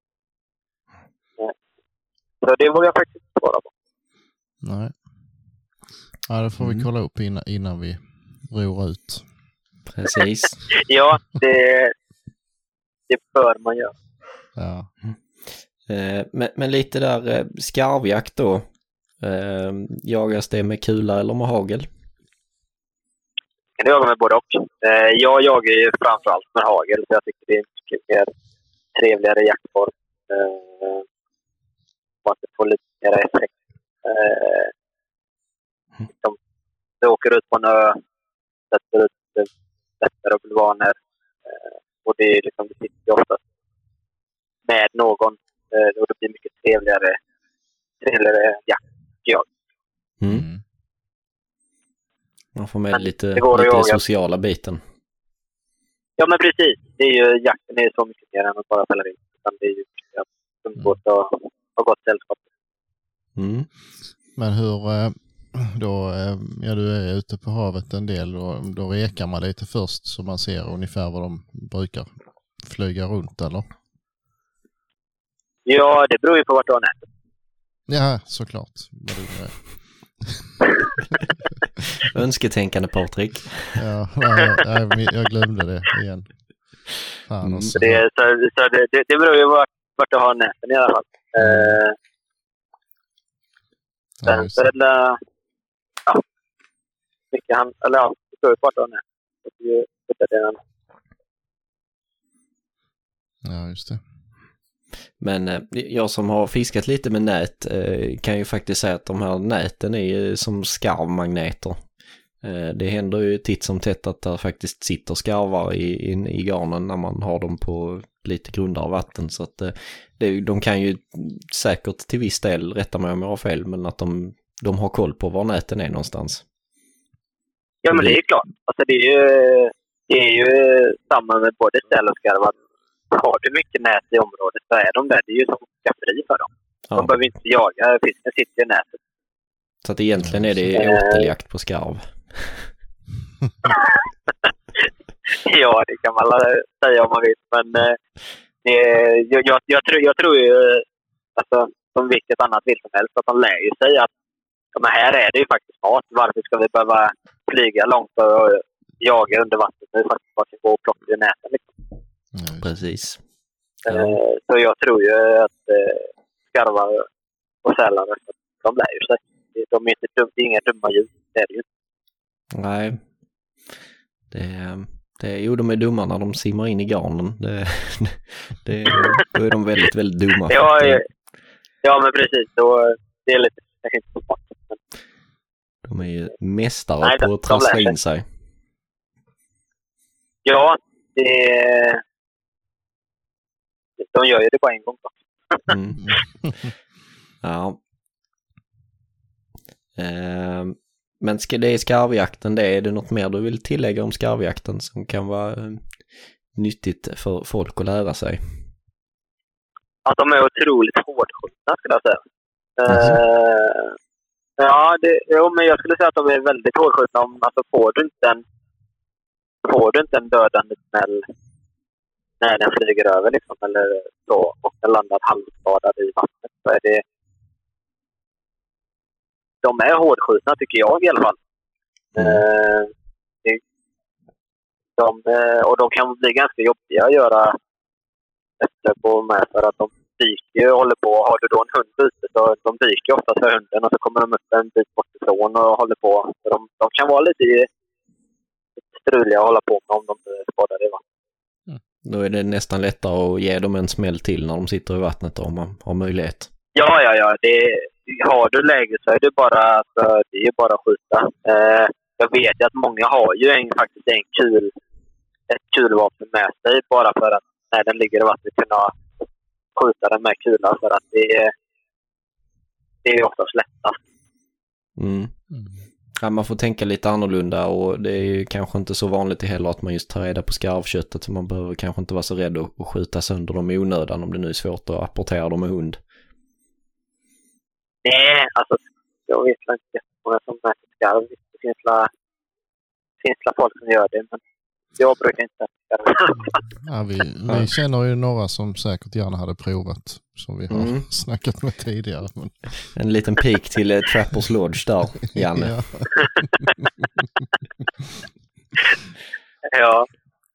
Så det vågar jag faktiskt inte svara på. Nej. Ja, det får vi kolla upp innan vi ror ut. Precis. Ja, det bör man göra. Ja. Men lite där skarvjakt då. Jagas det med kula eller med hagel? Kan du jaga med både och? Jag jagar ju framförallt med hagel, så jag tycker det är en mycket mer trevligare jaktform. Och att det får lite mer effekt. Du åker ut på en ö, sätter ut sätter och bulvaner. Och det är liksom, det sitter ju oftast med någon. Och det blir mycket trevligare jakt. Mm. Man får med lite sociala biten. Ja, men precis. Det är ju, jakten är så mycket mer än att bara fälla in. Utan det är ju att umgås och ha gott sällskap. Mm. Men hur då, du är ute på havet en del och då rekar man lite först så man ser ungefär vad de brukar flyga runt, eller? Ja, det beror ju på vart du har nätet. Ja, såklart. Önsketänkande, Patrik. Ja, jag glömde det igen. Fan också. Det beror ju vart du har näten i alla fall. Sen så är det mycket det beror ju på vart du har näten. Ja, just det. Men jag som har fiskat lite med nät kan ju faktiskt säga att de här näten är som skarvmagneter. Det händer ju titt som tätt att det faktiskt sitter skarvar i garnen när man har dem på lite grundare vatten. Så att de kan ju säkert till viss del, rätta mig om jag har fel, men att de har koll på var näten är någonstans. Ja, men det är klart. Alltså det är ju samma med både säl och skarvar. Har du mycket nät i området så är de där. Det är ju som skafferi för dem. Ja. De behöver inte jaga. Fisken sitter i nätet. Så att egentligen är det åteljakt på skarv. Ja, det kan man säga om man vill. Men jag tror ju alltså, som vilket annat vill som helst att de lär ju sig att men här är det ju faktiskt mat. Varför ska vi behöva flyga långt och jaga under vattnet? Det är faktiskt bara att gå och plocka i näten liksom. Precis. Så jag tror ju att skarvar och sälar, de lär ju sig. De är inte det är inga dumma djur, det är det ju. Nej. Jo, de är dumma när de simmar in i garnen. Då är de väldigt, väldigt dumma. Ja, men precis. Det är lite kanske inte så smart. De är ju mästare på att trassla in sig. Ja, de gör ju det bara en gång. Mm. Ja. Men det är skarvjakten, är det något mer du vill tillägga om skarvjakten som kan vara nyttigt för folk att lära sig? Att de är otroligt hårdskjutna skulle jag säga. Men jag skulle säga att de är väldigt hårdskjutna. Alltså får du inte en dödande smäll när den flyger över liksom, eller så, och den landar halvskadad i vattnet, så är det de är hårdskjutna tycker jag i alla fall. Och de kan bli ganska jobbiga att göra efter på med för att de dyker ju och håller på. Har du då en hund ute så de dyker ofta för hunden och så kommer de upp en bit bort ifrån och håller på. Så de kan vara lite struliga att hålla på med om de blir skadade i vattnet. Då är det nästan lättare att ge dem en smäll till när de sitter i vattnet om man har möjlighet. Ja. Har du läge så är det bara att skjuta. Jag vet ju att många har ju ett kulvapen med sig bara för att när den ligger i vattnet kunna skjuta den med kula för att det är oftast lättast. Ja, man får tänka lite annorlunda och det är ju kanske inte så vanligt heller att man just tar reda på skarvköttet så man behöver kanske inte vara så rädd att skjuta sönder dem i onödan om det nu är svårt att apportera dem med hund. Nej, alltså jag vet inte jättemånga som äter skarv. Det finns folk som gör det, men jag brukar inte äta skarv. Ja, vi känner ju några som säkert gärna hade provat, som vi har snackat med tidigare. Men... En liten pik till Trappers Lodge där, Janne. Ja.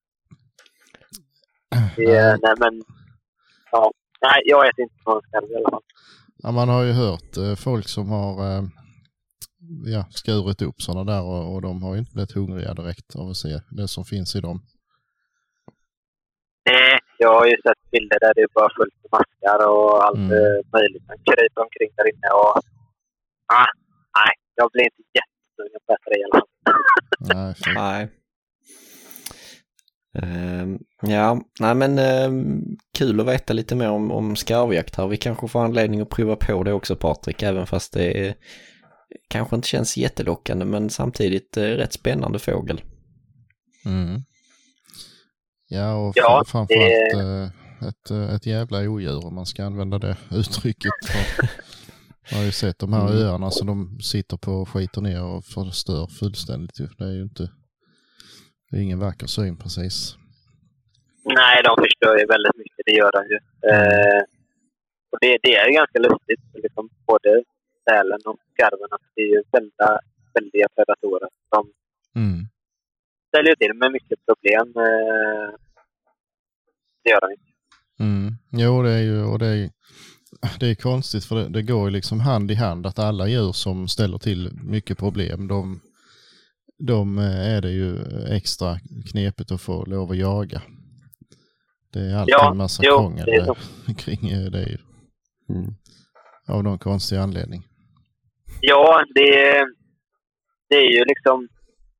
Nej, men... Ja. Nej, jag äter inte någon skarv i alla fall. Ja, man har ju hört folk som har skurit upp sådana där och de har ju inte blivit hungriga direkt av att se det som finns i dem. Nej, jag har ju sett bilder där det är bara fullt med maskar och allt möjligt. Man kryper omkring där inne och nej, jag blir inte jättesugen på det i alla fall. Nej. Kul att veta lite mer om skarvjakt här. Vi kanske får anledning att prova på det också, Patrik, även fast det kanske inte känns jättelockande men samtidigt rätt spännande fågel. Ja, och framförallt ett jävla odjur om man ska använda det uttrycket. Jag har ju sett de här öarna som de sitter på och skiter ner och förstör fullständigt. Det är ju inte... Det är ingen vacker syn precis. Nej, de förstör ju väldigt mycket, det gör de ju. Och det är ju ganska lustigt, liksom, både sälen och skarven, att det är ju väldiga predatorer som ställer till med mycket problem. Det gör de inte. Jo, det är ju, och det är konstigt för det går ju liksom hand i hand att alla djur som ställer till mycket problem, de är det ju extra knepigt att få lov att jaga. Det är alltid en massa krångel kring det ju. Av någon konstig anledning. Ja, det är ju liksom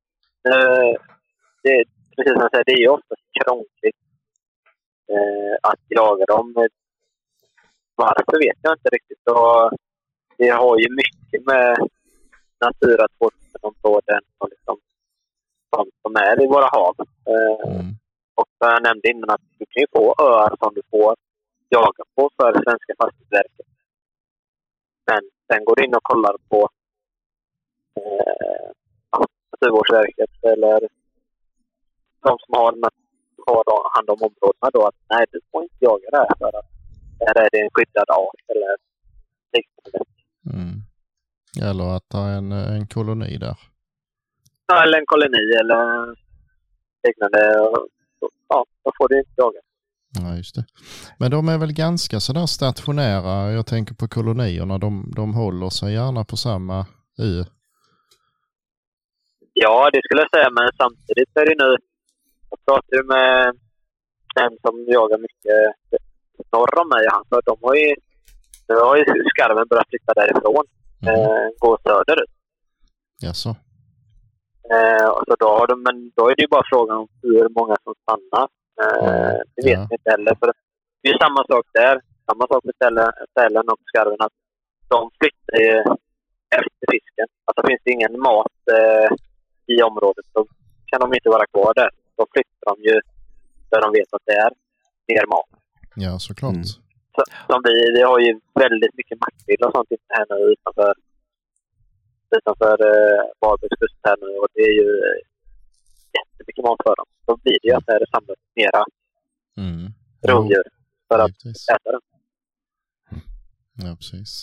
precis som jag säger, det är ju ofta krångligt att jaga dem. Varför vet jag inte riktigt. Och det har ju mycket med Natura 2000-områden och liksom som är i våra hav. Och jag nämnde innan att du kan ju få öar som du får jaga på för Svenska Fastighetsverket. Men sen går du in och kollar på Naturvårdsverket eller de som har hand om områdena då, att nej, du får inte jaga där för att där är det en skyddad art eller liknande. Eller att ha en koloni där. Ja, eller en koloni eller liknande. Ja, då får du inte jaga. Ja, just det. Men de är väl ganska sådär stationära. Jag tänker på kolonierna. De håller sig gärna på samma ö. Ja, det skulle jag säga. Men samtidigt är det nu... Jag pratade med en som jagar mycket norr om mig. För nu har ju skarven börjat flytta därifrån. Gå söderut. Jaså? Och så då är det ju bara frågan om hur många som stannar. Det vet vi inte heller. För det är samma sak där. Samma sak med sälen och skarven. Att de flyttar ju efter fisken. Alltså finns det ingen mat i området så kan de inte vara kvar där. Då flyttar de ju där de vet att det är mer mat. Ja, såklart. Som vi har ju väldigt mycket makrill och sånt här nu utanför Varbergs kust här nu. Och det är ju jättemycket mat för dem. Då blir det ju att det är samlat mera rovdjur för att äta den. Ja, precis.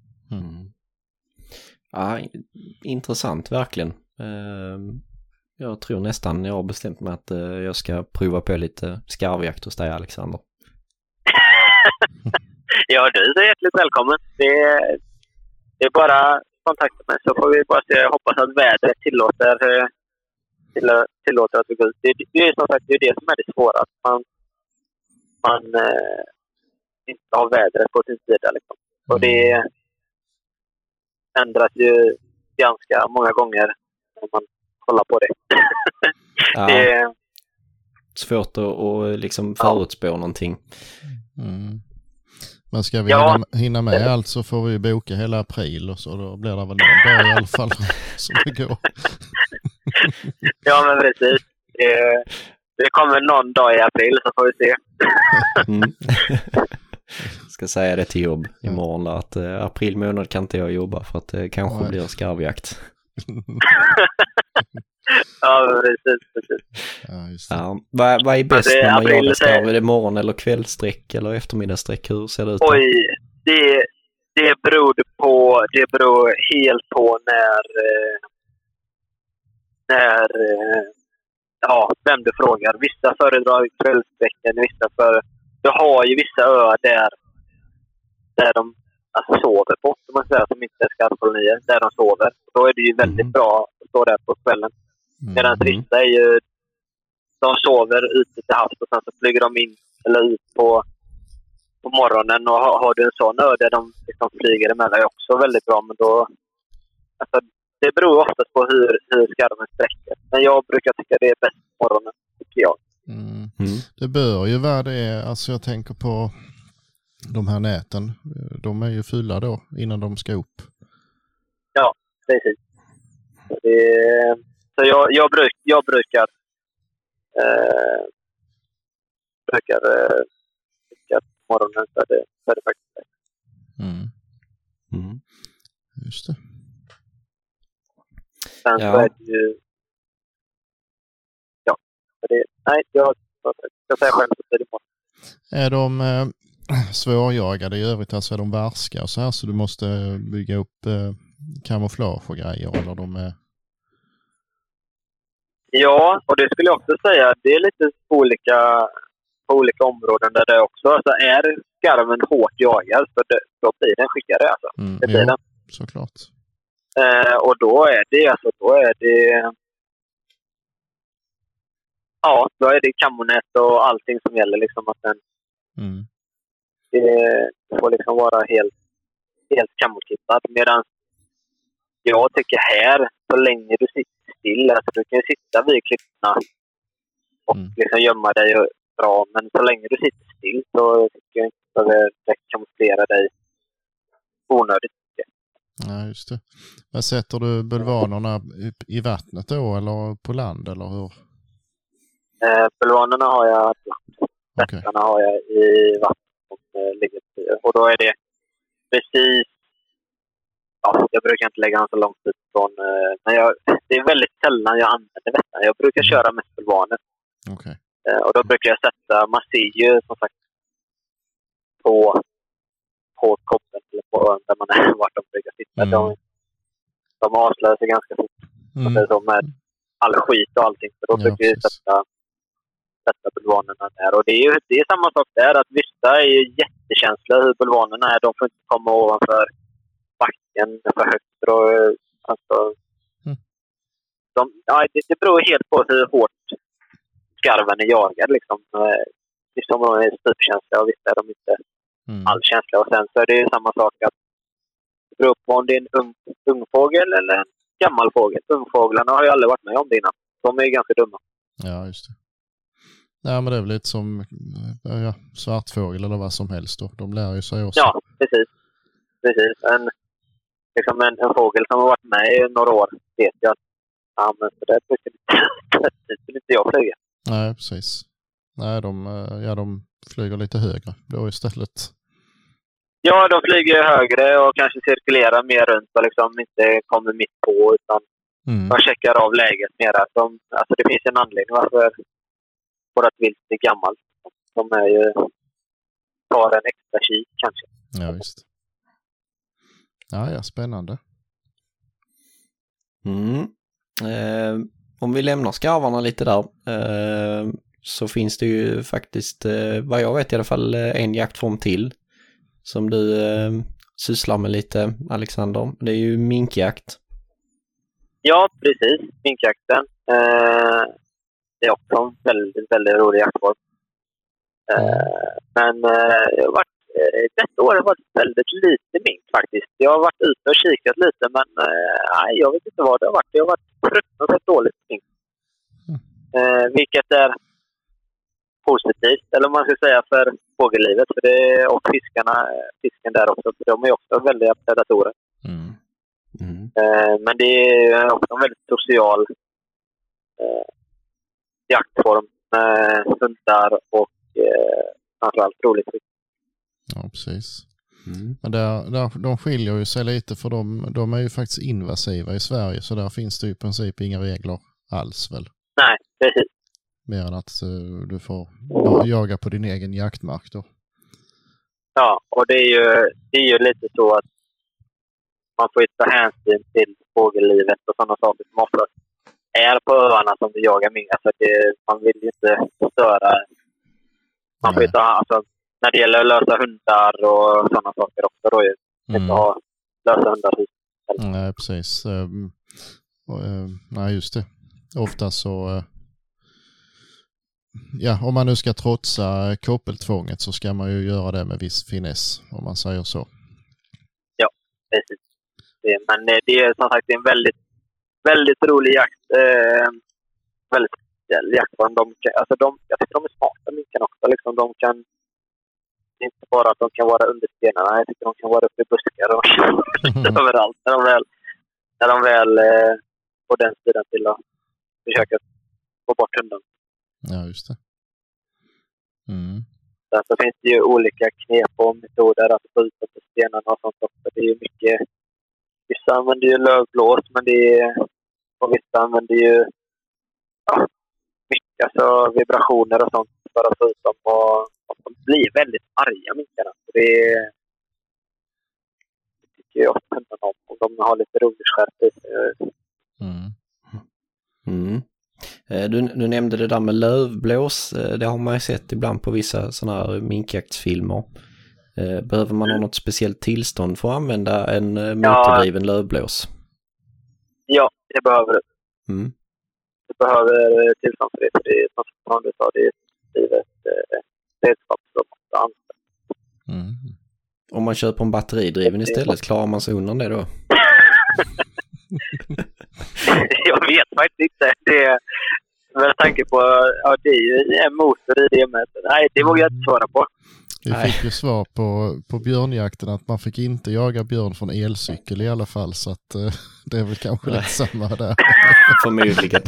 Ja, intressant verkligen. Jag tror nästan jag har bestämt mig att jag ska prova på lite skarvjakt hos dig, Alexander. Ja, du är så hjärtligt välkommen. Det är bara kontakta mig så får vi bara se. Jag hoppas att vädret tillåter att vi går ut. Det är som sagt det som är det svåra. Att man inte har vädret på sin sida. Liksom. Och det ändras ju ganska många gånger när man kollar på det. Ja. Det är svårt att liksom förutspå någonting. Mm. Men ska vi hinna med allt så får vi boka hela april och så då blir det väl någon dag i alla fall som det går. Ja, men precis. Det kommer någon dag i april så får vi se. Ska säga det till jobb imorgon att april månad kan inte jag jobba för att det kanske blir skarvjakt. Ja, precis. Ja, just det. Ja, vad är bäst när man jagar skarv? Är det morgon- eller kvällsträck eller eftermiddagssträck? Hur ser det ut? Oj, det beror helt på när vem du frågar. Vissa föredrar kvällsträcken, du har ju vissa öar där de sover på, som man säger, som inte är skarvkolonier, där de sover. Då är det ju väldigt bra att stå där på kvällen. Medan vissa är ju, de sover ute till havs och sen så flyger de in eller ut på morgonen, och har du en sån ö där de liksom flyger emellan är också väldigt bra, men då det beror oftast på hur skarven sträcker. Men jag brukar tycka det är bäst på morgonen, tycker jag. Det bör ju vara det, alltså jag tänker på de här näten, de är ju fulla då innan de ska upp. Ja, precis. Så jag brukar på morgonen så är det faktiskt det. Just det. Sen så är det ju jag säger själv att det är imorgon. Är de svårjagade i övrigt, alltså är de värska och så här så du måste bygga upp kamouflage och grejer, eller de är... Ja, och det skulle jag också säga, det är lite på olika områden där det också, alltså är skarven hårt jagad så då blir den skickare alltså. Det blir den. Såklart. Och då är det kamonät och allting som gäller liksom, att den det får liksom vara helt kamokittad. Medan jag tycker här, så länge du sitter still, alltså du kan sitta vid klipporna och liksom gömma dig bra, men så länge du sitter still så tycker jag inte att det kamouflera dig onödigt. Ja, just det. Men sätter du bulvanerna i vattnet då, eller på land, eller hur? Bulvanerna har jag på land. Västarna har jag i vatten som ligger i. Och då är det precis... Ja, jag brukar inte lägga dem så långt ut från... Men det är väldigt sällan jag använder västarna. Jag brukar köra mest bulvaner. Okay. Och då brukar jag sätta... Man ser ju som sagt på koppen eller på där man är, vart de brukar sitta. De avslöjar sig ganska fort. Så med all skit och allting. Så då brukar jag sätta bulvanerna där. Och det är samma sak där, att vissa är ju jättekänsliga hur bulvanerna är. De får inte komma ovanför backen för högt. Och, alltså, det beror helt på hur hårt skarven är jagad. Liksom. Vissa områden är stupkänsliga och vissa är de inte alls känsliga. Och sen så är det ju samma sak att det beror på om det är en ung fågel eller en gammal fågel. Ungfåglarna har ju aldrig varit med om det innan. De är ju ganska dumma. Ja, just det. Ja, men det är väl lite som svartfågel eller vad som helst då. De lär ju sig också. Ja, precis. En fågel som har varit med i några år vet jag att men för det brukar inte jag flyga. Nej, precis. Nej, de flyger lite högre då istället. Ja, de flyger högre och kanske cirkulerar mer runt och liksom inte kommer mitt på, utan de checkar av läget mera. Alltså det finns en anledning varför vårt vilt är gammalt. De är ju tar en extra kik kanske. Ja, visst. Ja, spännande. Om vi lämnar skarvarna lite där så finns det ju faktiskt, vad jag vet i alla fall, en jaktform till som du sysslar med lite, Alexander. Det är ju minkjakt. Ja, precis. Minkjakten. Det är också en väldigt, väldigt rolig jaktform. Men detta år har varit väldigt lite mink faktiskt. Jag har varit ute och kikat lite, men nej, jag vet inte vad det har varit. Det har varit fruktansvärt dåligt mink. Vilket är positivt, eller om man ska säga, för fågellivet. För det, och fisken där också. För de är också väldigt predatorer. Men det är också en väldigt social jaktform med hundar och framförallt roligt. Ja, precis. Men de skiljer ju sig lite, för de är ju faktiskt invasiva i Sverige, så där finns det ju i princip inga regler alls väl? Nej, precis. Mer än att du får jaga på din egen jaktmark då. Ja, och det är ju lite så att man får ta hänsyn till fågellivet och sådana saker som ofta är på öarna som vi jagar med. Alltså man vill ju inte störa. Man får ta, alltså, när det gäller att lösa hundar och sådana saker också då, inte ha lösa hundar. Nej, precis. Nej, just det. Ofta så om man nu ska trotsa koppeltvånget så ska man ju göra det med viss finess, om man säger så. Ja, precis. Men det är som sagt en väldigt, väldigt rolig jakt. Väldigt speciell jaktform. Jag tycker de är smarta minkarna också. Liksom, de kan inte bara att de kan vara under stenarna. Jag tycker de kan vara uppe i buskar och överallt. När de väl på den sidan till att försöka få bort hunden. Ja, just det. Sen så finns det ju olika knep och metoder att få ut på stenarna och sånt också. Det är ju mycket. Vissa använder ju lövblås, men och vissa använder ju mycket, alltså vibrationer och sånt för att få ut dem, och de blir väldigt arga minkarna. Det tycker jag också om de har lite rovdjursskärp i sig. Du nämnde det där med lövblås. Det har man ju sett ibland på vissa sådana här minkjaktsfilmer. Behöver man ha något speciellt tillstånd för att använda en motordriven lövblås? Ja, det behöver du. Du behöver tillstånd för det. För det är som du sa, det är ett redskap som måste användas. Om man köper en batteridriven istället, klarar man sig undan det då? Jag vet faktiskt inte. Med tanke på det är en motor i det med. Nej, det vågar jag inte svara på. Vi fick ju svar på björnjakten att man fick inte jaga björn från elcykel i alla fall, så att det är väl kanske lite samma där. Förmodligen.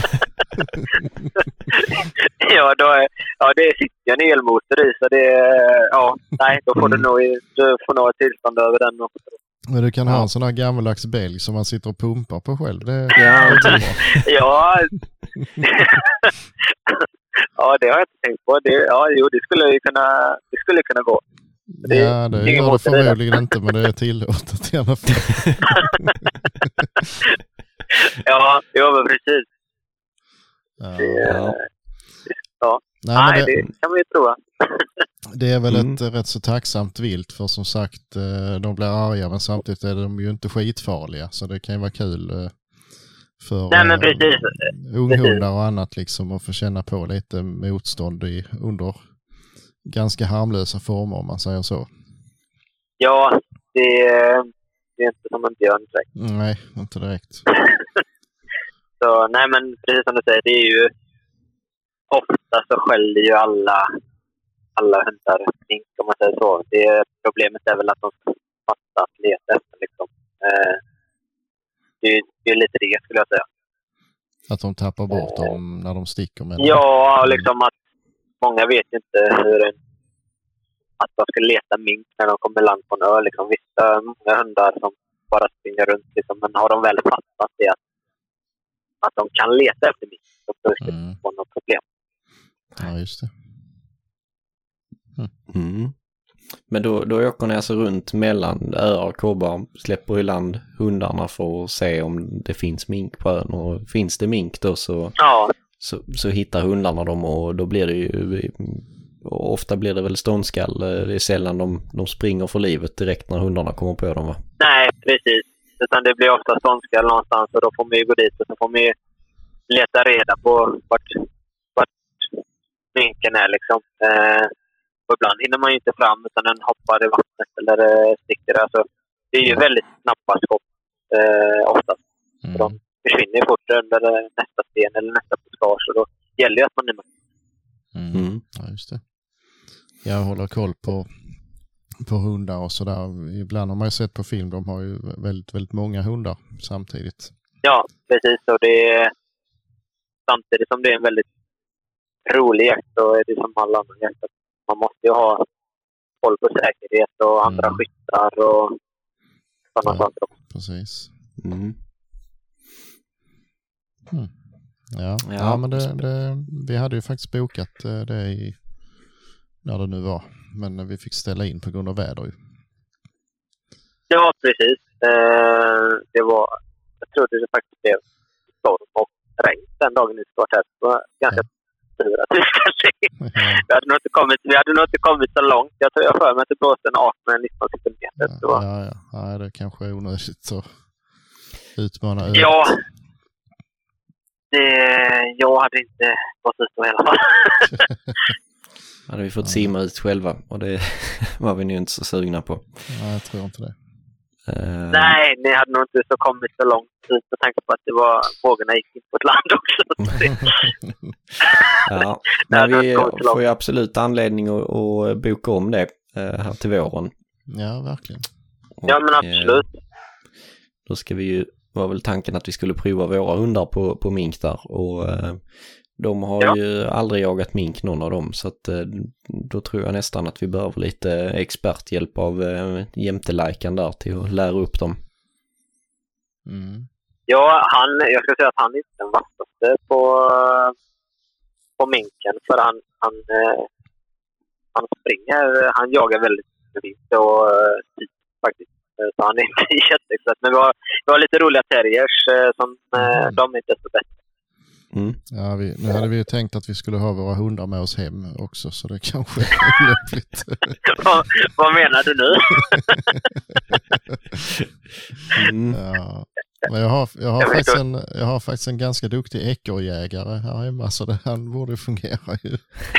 Det sitter en elmotor i, så då får du får nog ett tillstånd över den också. Men du kan ha en sån här gammeldags belg som man sitter och pumpar på själv. Ja, det har jag inte tänkt på. Det skulle kunna gå. Det gör det förmodligen inte, men det är tillåtet i alla fall. Ja, men precis. Det kan vi ju tro. Det är väl ett rätt så tacksamt vilt, för som sagt, de blir arga, men samtidigt är de ju inte skitfarliga, så det kan ju vara kul för unghundar och annat liksom, att få känna på lite motstånd under ganska harmlösa former, om man säger så. Ja, det är inte som en björn direkt. Nej, inte direkt. Så, nej, men precis som du säger, det är ju ofta så skäller ju alla hundar mink, om man säger så. Problemet är väl att de fattar att leta efter liksom. Det är lite det, skulle jag säga. Att de tappar bort dem när de sticker med. Ja, liksom att många vet inte att de ska leta mink när de kommer land på en ö. Liksom. Många hundar som bara springer runt liksom, men har de väl fattat det att de kan leta efter mink, så behöver det inte få något problem. Ja, just det. Men då åker ni alltså runt mellan öar och kobbar, släpper i land hundarna för att se om det finns mink på ön, och finns det mink då så hittar hundarna dem, och då blir det ju och ofta blir det väl ståndskall. Det är sällan de springer för livet direkt när hundarna kommer på dem, va? Nej, precis. Utan det blir ofta ståndskall någonstans och då får man ju gå dit och så får man ju leta reda på vart minken är liksom. Och ibland hinner man ju inte fram utan den hoppar i vattnet eller sticker. Alltså, det är ju väldigt snabba skott oftast. Mm. De försvinner ju fort under nästa sten eller nästa buskage och då gäller ju att man är med. Mm. Ja, just det. Jag håller koll på hundar och sådär. Ibland har man ju sett på film, de har ju väldigt, väldigt många hundar samtidigt. Ja, precis. Och det är, samtidigt som det är en väldigt rolig jakt så är det som alla andra jakt. Man måste ju ha koll på säkerhet och andra skyttar och sådana saker. Precis. Mm. Ja, men vi hade ju faktiskt bokat det i när det nu var. Men vi fick ställa in på grund av väder ju. Ja, precis. Det var, jag tror det faktiskt blev storm och regn den dagen i Skvartett. Det var ganska tur att vi ställde in. Vi hade nog inte kommit så långt. Jag tror jag för mig att det blåste en 18-19 centimeter. Ja, det kanske är onödigt att utmana ögat. Ja. Jag hade inte gått ut då i alla fall. Hade vi fått simma ut själva och det var vi nu inte så sugna på. Nej, jag tror inte det. Nej, ni hade nog inte så kommit så långt ut med tanke på att vågorna gick in på ett land också. Ja, men vi får ju absolut anledning att boka om det här till våren. Ja, verkligen. Ja, men absolut. Då ska vi ju, var väl tanken att vi skulle prova våra hundar på mink där och de har ju aldrig jagat mink, någon av dem, så att då tror jag nästan att vi behöver lite experthjälp av jämtelajkan där till att lära upp dem. Mm. Ja, jag ska säga att han är inte den vassaste på minken, för han springer, han jagar väldigt vitt och faktiskt, så han är inte jätteexpert. Men vi har lite roliga terriers som de är inte så bättre. Mm. Ja, nu hade vi ju tänkt att vi skulle ha våra hundar med oss hem också, så det kanske är olämpligt. Vad menar du nu? Ja. Men jag har faktiskt en ganska duktig ekorrjägare här hemma, så han borde fungera ju.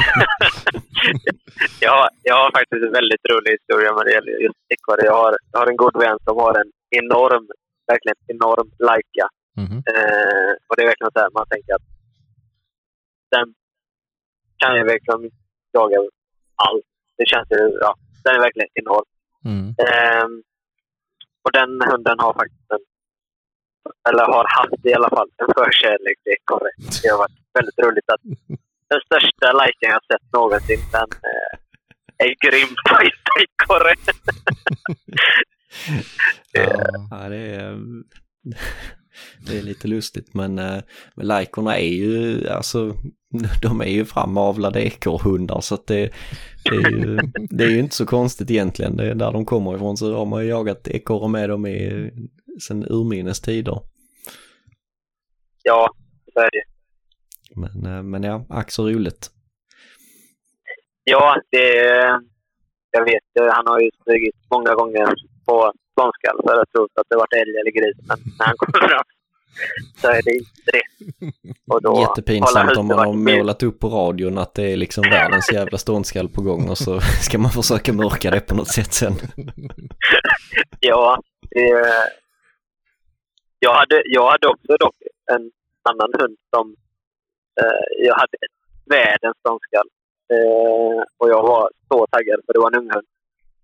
Jag har faktiskt en väldigt rolig historia när det gäller just ekorre. Jag har en god vän som har en verkligen enorm lajka. Mm-hmm. Och det är verkligen så här, man tänker att den kan ju verkligen jaga allt. Det känns ju, den är verkligen enorm. Och den hunden har faktiskt har haft i alla fall en förkärlek till ekorre. Det har varit väldigt roligt att den största liken jag sett någonsin, den är grym på ekorre. Ja, det är lite lustigt, men lajkorna är ju, alltså, de är ju framavlade ekorrhundar, så att det är ju inte så konstigt egentligen. Det är där de kommer ifrån, så har man ju jagat ekorre med dem sedan urminnes tider. Ja, så är det. Men ja, ack så roligt. Ja, jag vet, han har ju smugit många gånger på ståndskall för att tro att det varit älg eller gris, men när han kommer fram så är det inte det. Och då jättepinsamt om man har målat upp på radion att det är liksom världens jävla ståndskall på gång, och så ska man försöka mörka det på något sätt sen. Ja, jag hade också dock en annan hund som jag hade världens ståndskall. Och jag var så taggad för det var en ung hund.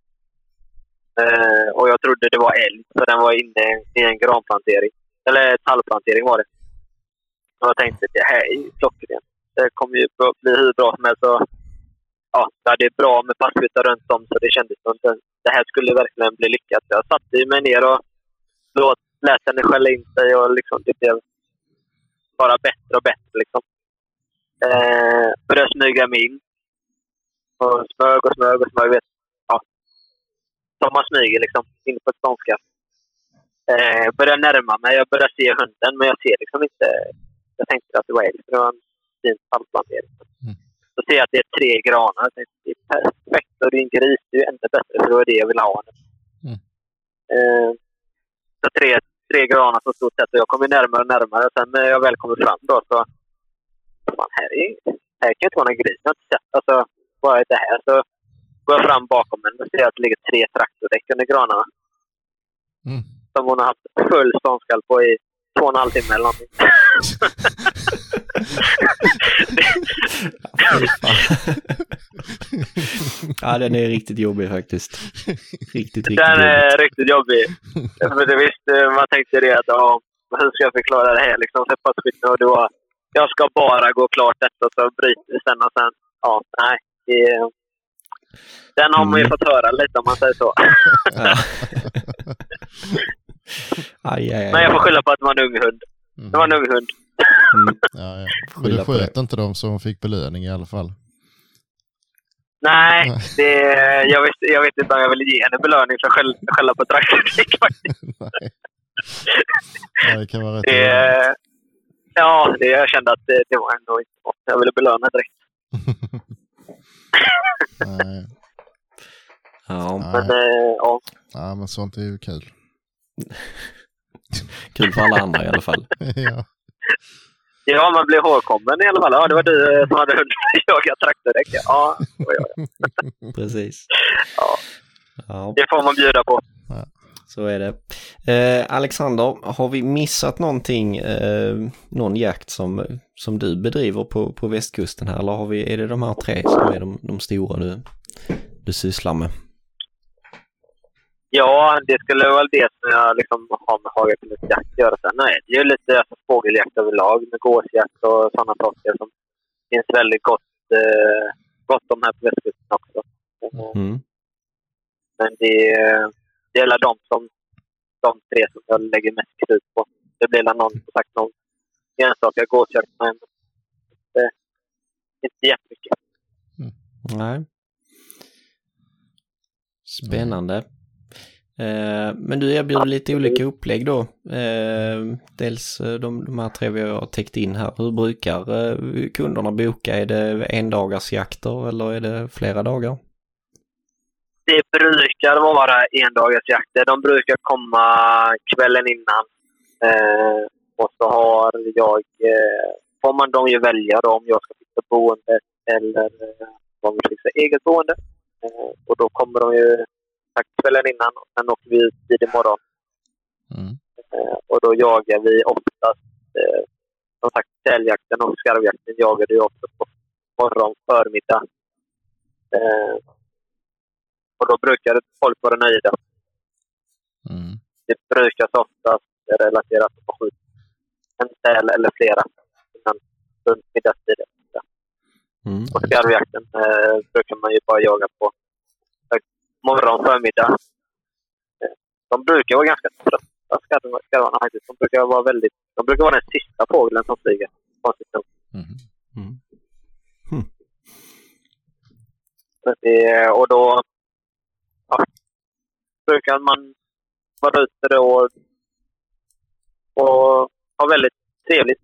Och jag trodde det var älg, för den var inne i en granplantering. Eller tallplantering var det. Och jag tänkte, det här är ju klockrent. Det kommer ju bli hur bra som helst. Så, det är bra med passkyttar runt om, så det kändes som att det här skulle verkligen bli lyckat. Jag satte mig ner och lät henne skälla in sig, och liksom, det blev bara bättre och bättre. Liksom. Började smyga mig in. Och smög. Vet, som man smyger liksom, in på ett ståndskall. Började närma mig. Jag började se hunden, men jag ser liksom inte. Jag tänkte att det var älg, för det var en fin tallplantering. Så ser att det är 3 granar. Det är perfekt. Och det är en gris. Det är ännu bättre, för det är det jag vill ha. Så 3 granar så stort sett. Och jag kommer närmare och närmare. Sen när jag väl kommer fram då så... Fan, här kan inte vara någon gris. Jag har inte sett. Alltså, vad är det här? Så går jag fram bakom den och ser att det ligger 3 traktordäck under granarna. Som hon har haft full ståndskall på i 2,5 timmar eller någonting. Ja, den är riktigt jobbig faktiskt. Riktigt den är riktigt jobbig. Men det visste, man tänkte det att hur ska jag förklara det här liksom, och då jag ska bara gå klart detta och så bryter det sen och sen nej, den har man ju fått höra lite om man säger så. Men jag får skylla på att det var en ung hund. Det var en ung hund. Ja. Men du sköt inte dem som fick belöning i alla fall? Nej, jag vet inte om jag ville ge henne belöning för att skälla på traktordäck faktiskt. Nej, det kan vara rätt. Jag kände att det var ändå inte något jag ville belöna direkt. Nej. Men sånt är ju kul. Kul för alla andra i alla fall. Ja, man blir hårkommen i alla fall. Ja, det var du som hade jagat traktordäck. Ja, det var jag. Precis. Ja. Det får man bjuda på. Ja. Så är det. Alexander, har vi missat någonting, någon jakt som du bedriver på västkusten här? Eller är det de här 3 som är de stora du sysslar med? Ja, det skulle vara det som jag liksom har med hagakilsjakt att göra. Sen är det ju lite fågeljakt överlag med gåsjakt och sådana saker som finns väldigt gott om här på västkusten också. Men det gäller de 3 som jag lägger mest krut på. Det blir någon enstaka gåsjakt, men inte jättemycket. Nej. Spännande. Men du erbjuder lite olika upplägg då. Dels de här 3 vi har täckt in här. Hur brukar kunderna boka? Är det endagarsjakter eller är det flera dagar? Det brukar vara endagarsjakter. De brukar komma kvällen innan. Och så har jag... får man dem ju välja då, om jag ska fixa boende eller om vi fixa eget boende. Och då kommer de ju kvällen innan och sen åker vi ut tidig morgon. Och då jagar vi oftast som sagt säljakten och skarvjakten jagar du oftast på morgon, förmiddag. Och då brukar folk vara nöjda. Det brukar så oftast relaterat på skjut en säl eller flera innan middagstiden. Och skarvjakten brukar man ju bara jaga på morgon, förmiddag. De brukar vara ganska trötta, skarvarna faktiskt. De brukar vara den sista fågeln som flyger. Och då brukar man vara ute då och ha väldigt trevligt.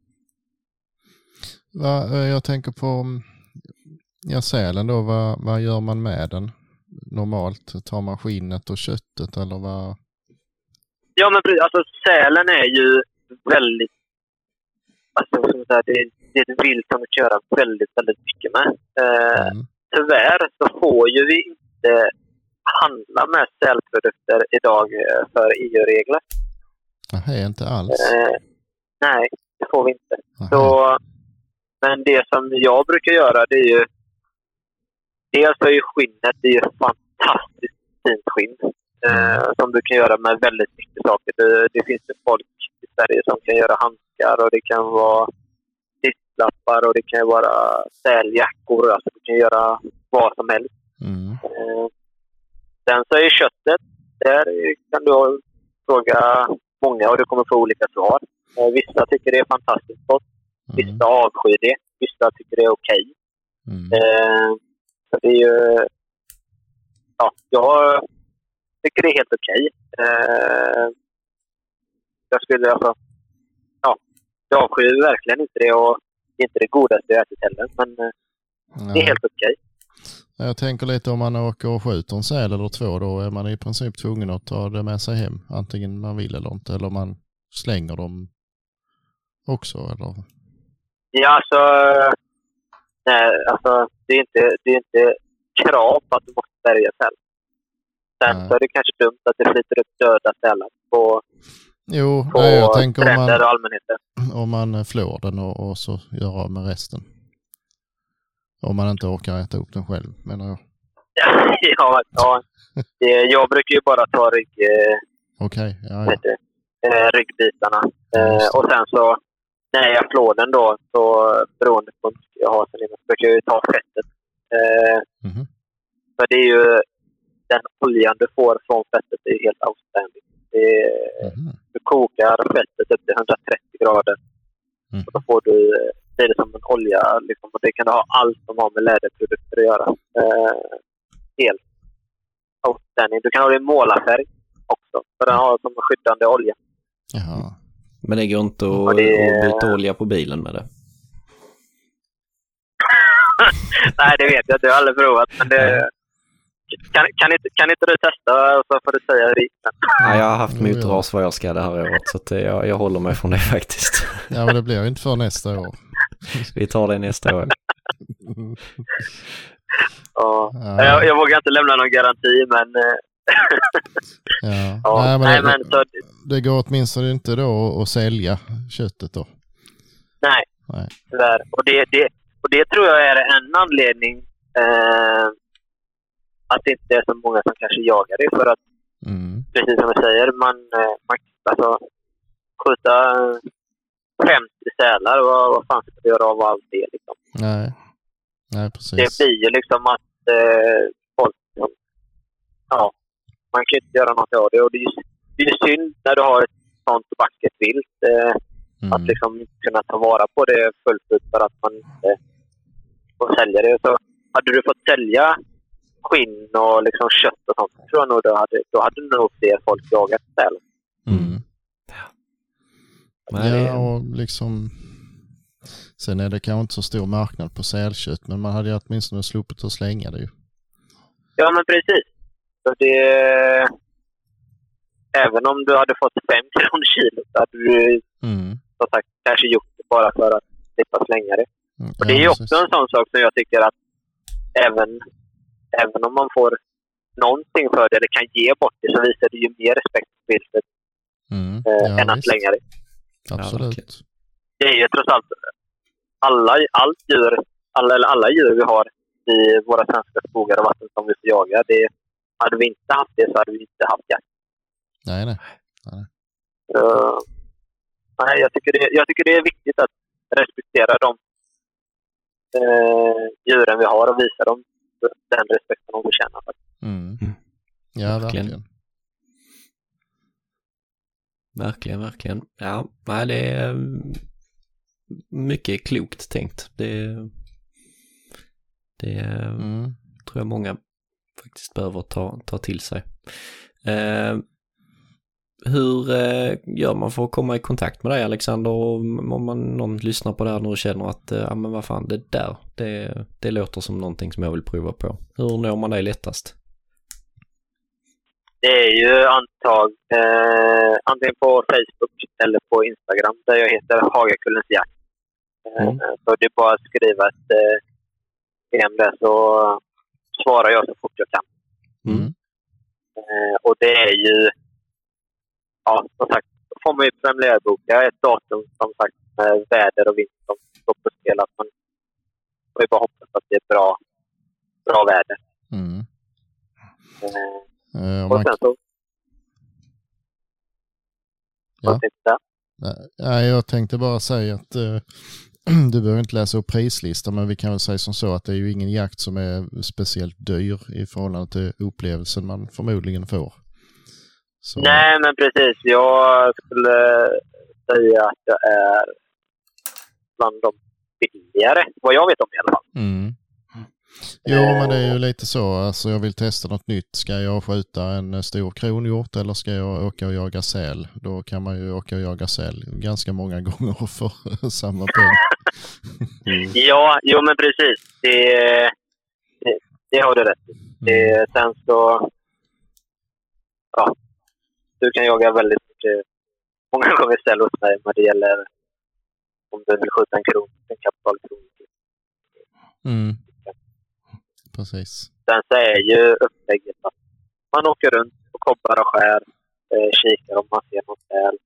Jag tänker på sälen då, vad gör man med den? Normalt tar man skinnet och köttet eller vad? Ja, men alltså sälen är ju väldigt, alltså det är ett vilt som vi köra väldigt, väldigt mycket med. Tyvärr så får ju vi inte handla med sälprodukter idag för EU-regler. Nej, inte alls. Nej, det får vi inte. Så, men det som jag brukar göra, det är ju dels är ju skinnet, det är ju fantastiskt fint skinn som du kan göra med väldigt mycket saker. Det finns ju folk i Sverige som kan göra handskar och det kan vara sitslappar och det kan vara säljackor. Alltså du kan göra vad som helst. Sen så är köttet, där kan du fråga många och du kommer få olika svar. Vissa tycker det är fantastiskt gott. Vissa avskyr det. Vissa tycker det är okej. Så det är ju... Ja, jag tycker det är helt okej. Jag skulle alltså... Ja, jag avskyr verkligen inte det och det är inte det godaste jag ätit heller. Men Det är helt okej. Jag tänker lite om man åker och skjuter en säl eller två, då är man i princip tvungen att ta det med sig hem. Antingen man vill eller inte. Eller man slänger dem också. Eller? Ja, alltså... Nej, alltså det är inte krav på att du måste bärga säl. Sen så är det kanske dumt att det flyter upp döda sälar på jag tänker stränder och allmänheten. Om man flår den och så gör av med resten. Om man inte orkar äta upp den själv, menar jag. Ja. Jag brukar ju bara ta ryggbitarna. Och sen så, när jag flår den då, så beroende på hur jag har sen innan, så brukar jag ju ta fettet. För det är ju den oljan du får från fettet är helt outstanding. Du kokar fettet upp till 130 grader. Och då får du det som en olja. Liksom, och det kan ha allt som har med läderprodukter att göra. Helt outstanding. Du kan ha det i målarfärg också. För den har som en skyddande olja. Jaha. Men det går inte att byta olja på bilen med det? Nej, det vet jag. Det har jag aldrig provat. Men det... Kan inte du testa så får du säga hur det gick? Ja, jag har haft motorras vad jag ska det här året, så att jag håller mig från det faktiskt. Ja, men det blir inte för nästa år. Vi tar det nästa år. Jag vågar inte lämna någon garanti, men... men det går åtminstone inte då att sälja köttet då. Nej. Tyvärr. Och det tror jag är en anledning... att det inte är så många som kanske jagar det, för att precis som jag säger, man alltså skjuta 50 sälar, vad fan ska du göra av allt det liksom? Nej, precis. Det blir ju liksom att folk, man kan inte göra något av det, och det är ju synd när du har ett sånt vackert vilt att liksom inte kunna ta vara på det fullt ut för att man inte får sälja det. Så hade du fått sälja skinn och liksom kött och sånt, tror jag nog då hade nog fler folk jagat säl. Och liksom sen är det kanske inte så stor marknad på sälkött, men man hade ju åtminstone sluppit att slänga det ju. Ja, men precis. Så det, även om du hade fått 5 kronor kilo, så hade du så sagt kanske gjort det bara för att slippa slänga det. Och det är ju också en sån sak som jag tycker att även om man får någonting för det, eller kan ge bort det, så visar det ju mer respekt för viltet än att slänga det. Absolut. Det är ju trots allt alla djur vi har i våra svenska skogar och vatten som vi får jaga. Det, hade vi inte haft det så hade vi inte haft jakt. Nej. Nej, jag tycker det är viktigt att respektera de djuren vi har och visa dem den respekten de förtjänar. Ja, verkligen. Verkligen. Ja, nej, det är mycket klokt tänkt. Det tror jag många faktiskt behöver ta till sig. Hur gör man för att komma i kontakt med dig, Alexander? Om någon lyssnar på det här nu och känner att men vad fan, det låter som någonting som jag vill prova på. Hur når man dig lättast? Det är ju antingen på Facebook eller på Instagram, där jag heter Hagakullens jakt. Så det är bara att skriva ett PM där, så svarar jag så fort jag kan. Och det är ju, som sagt, då får man ju premiärboka ett datum, som sagt, med väder och vind som står på spel. Att man får ju bara hoppas att det är bra väder. Och sen så... Jag tänkte bara säga att du behöver inte läsa upp prislistan, men vi kan väl säga som så att det är ju ingen jakt som är speciellt dyr i förhållande till upplevelsen man förmodligen får. Så. Nej, men precis. Jag skulle säga att jag är bland de billigare, vad jag vet om i alla fall. Jo, men det är ju lite så. Alltså, jag vill testa något nytt. Ska jag skjuta en stor kronhjort eller ska jag åka och jaga säl? Då kan man ju åka och jaga säl ganska många gånger för samma pengar. Ja, jo men precis. Det har du rätt i. Sen så... Ja. Du kan jaga väldigt mycket. Många gånger säl hos mig när det gäller om du vill skjuta en kapitalkron. Precis. Sen så är ju upplägget att man åker runt och kobbar och skär, kikar om man ser något säl.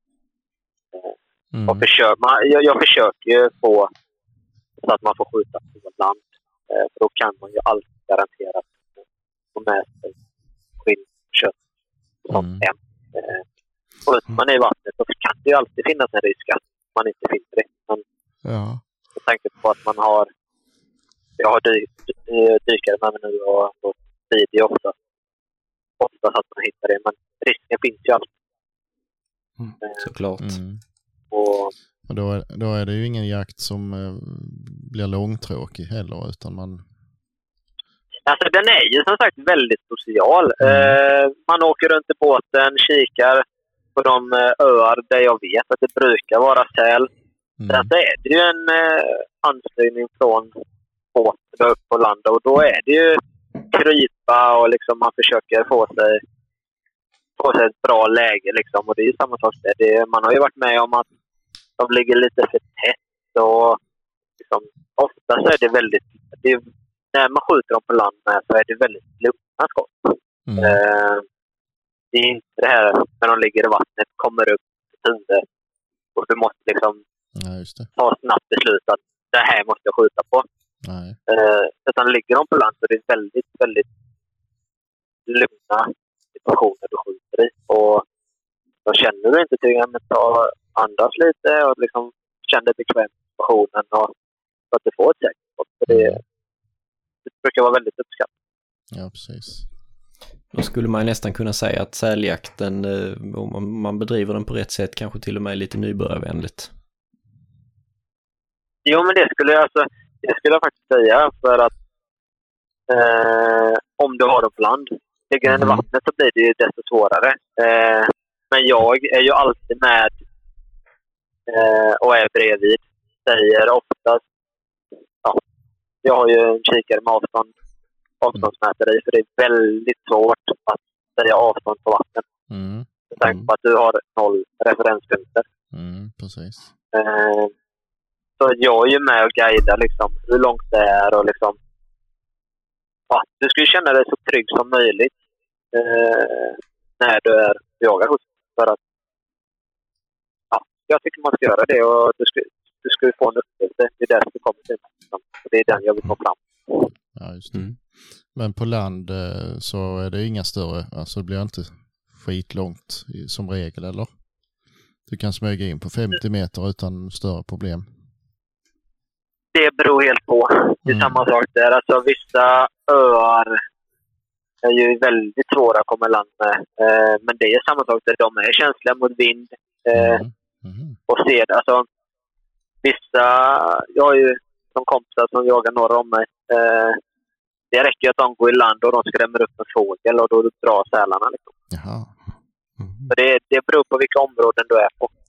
Jag försöker ju få så att man får skjuta på land. För då kan man ju alltid garantera få med sig skinn, kött och sånt hem. Och man är i vattnet så kan det ju alltid finnas en risk att man inte finner det. Men med tanke på att man har... Jag har dykare med mig nu och tid är ofta så att man hittar det. Men risken finns ju alltid. Såklart. Och då är det ju ingen jakt som blir långtråkig heller, utan man... Alltså den är ju som sagt väldigt social. Man åker runt i båten, kikar på de öar där jag vet att det brukar vara säl. Sen så är det ju en ansträngning från båten upp på land, och då är det ju krypa och liksom man försöker få sig ett bra läge liksom. Och det är ju samma sak där. Man har ju varit med om att de ligger lite för tätt och liksom, ofta så är det väldigt... när man skjuter dem på land med så är det väldigt lugna skott. Det är inte det här när de ligger i vattnet, kommer upp under och du måste liksom ta snabbt beslut att det här måste jag skjuta på. Utan ligger de på land så är det väldigt, väldigt lugna situationer du skjuter i. Och då känner du inte till att andas lite och liksom känner bekväm situationen och så att du får ett säkert skott. Det brukar vara väldigt uppskattat. Ja, precis. Då skulle man nästan kunna säga att säljakten, om man bedriver den på rätt sätt, kanske till och med lite nybörjarvänligt. Jo, men det skulle jag faktiskt säga, för att om du har dem på land, ligger den i vattnet så blir det ju desto svårare. Men jag är ju alltid med och är bredvid. Säger oftast, jag har ju en kikare med avståndsmätare i, för det är väldigt svårt att säga avstånd på vatten. Med tanke på att du har 0 referenspunkter. Precis. Så jag är ju med och guidar liksom hur långt det är och liksom du ska ju känna dig så trygg som möjligt när du är jagar hos. För att jag tycker man ska göra det, och du ska ju få en upplevelse. Det är där du kommer till. Och det är den jag vill få fram. Ja, just det. Men på land så är det inga större, alltså det blir inte skitlångt som regel, eller? Du kan smyga in på 50 meter utan större problem. Det beror helt på. Det är samma sak där. Alltså vissa öar är ju väldigt svåra att komma i land med. Men det är samma sak där. De är känsliga mot vind. Och ser det. Alltså vissa... Jag har ju som kompisar som jagar norr om mig. Det räcker att de går i land och de skrämmer upp en fågel och då drar sälarna liksom. Jaha. Så det beror på vilka områden du är på.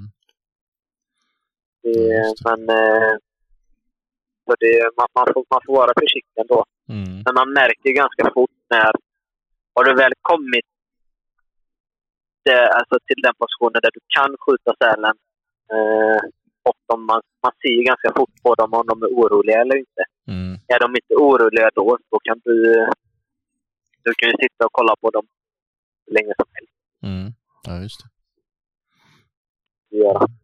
Men så man får vara försiktig ändå. Men man märker ganska fort när har du väl kommit alltså till den positionen där du kan skjuta sälen, och man ser ganska fort på dem om de är oroliga eller inte. Är de inte oroliga då kan du kan ju sitta och kolla på dem så länge som helst. Ja, just det. Ja.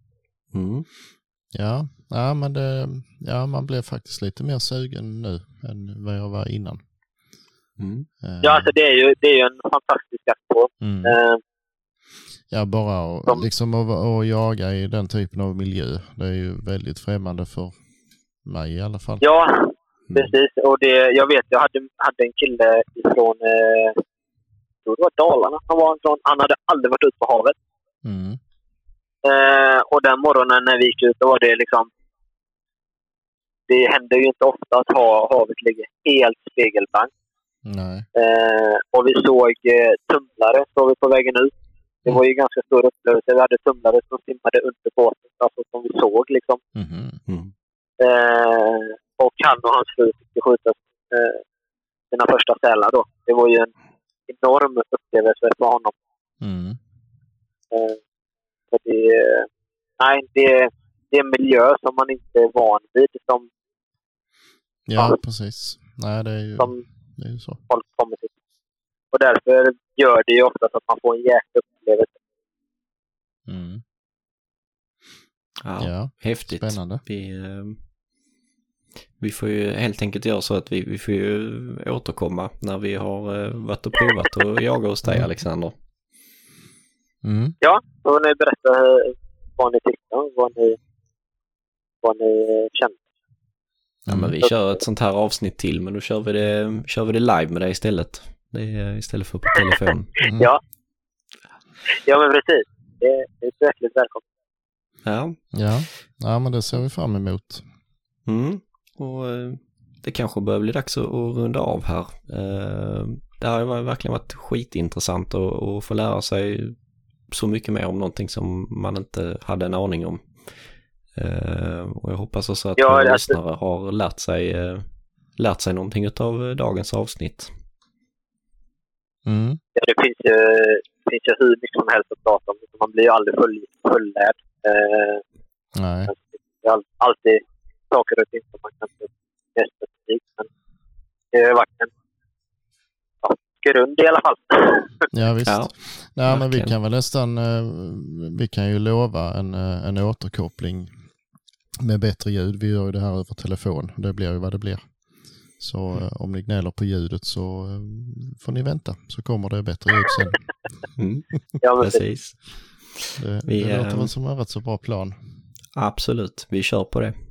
Ja, men man blev faktiskt lite mer sugen nu än vad jag var innan. Ja, alltså det är ju en fantastisk jakt på. Ja, bara liksom att jaga i den typen av miljö. Det är ju väldigt främmande för mig i alla fall. Ja, precis. Och jag vet, jag hade en kille ifrån det var Dalarna. Han hade aldrig varit ute på havet. Och den morgonen när vi gick ut, då var det liksom... Det händer ju inte ofta att havet ligger helt spegelblankt. Nej. Och vi såg tumlare, så vi på vägen ut. Det var ju ganska stor upplevelse. Vi hade tumlare som simmade under båten, alltså som vi såg liksom. Och han och hans fru fick skjuta sina första sälar då. Det var ju en enorm upplevelse för honom. Så det är en miljö som man inte är van vid. Precis. Nej, det är ju så. Folk kommer till. Och därför gör det ju ofta att man får en jäkla upplevelse. Ja, häftigt. Spännande. Vi får ju helt enkelt göra så att vi får ju återkomma när vi har varit och provat och jaga hos dig, Alexander. Ja, då får ni berätta vad ni tyckte och vad ni kände. Ja, men vi kör ett sånt här avsnitt till, men då kör vi det live med dig istället. Det är istället för på telefon. Ja, men precis. Det är verkligen välkommen. Ja, men det ser vi fram emot. Och det kanske börjar bli dags att runda av här. Det har verkligen varit skitintressant att få lära sig så mycket mer om någonting som man inte hade en aning om. Och jag hoppas också att våra lyssnare har lärt sig någonting av dagens avsnitt. Ja, det finns ju hur mycket som helst att prata om. Man blir ju aldrig fullärd. Nej. Det är alltid saker och ting som man kan få nästa tid. Men det har varit en grund i alla fall. Ja, visst. Ja, nej, men vi kan väl nästan vi kan ju lova en återkoppling med bättre ljud. Vi gör ju det här över telefon. Det blir ju vad det blir. Så om ni gnäller på ljudet så får ni vänta. Så kommer det bättre ljud sen. Ja, precis. Det låter väl som en rätt så bra plan. Absolut, vi kör på det.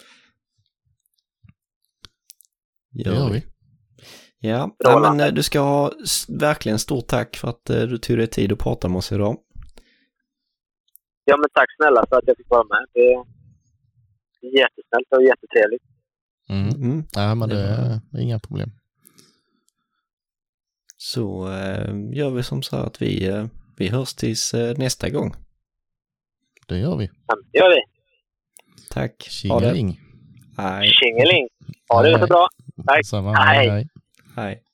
Gör vi. Ja, men du ska ha verkligen stort tack för att du tog dig tid att prata med oss idag. Ja, men tack snälla för att jag fick vara med. Det är jättesnällt och jättetrevligt. Ja, men det är inga problem. Så gör vi som så att vi hörs tills nästa gång. Det gör vi. Ja, det gör vi. Tack. Tjingeling. Hej. Tjingeling. Ha det så bra. Tack. Hej. Hej.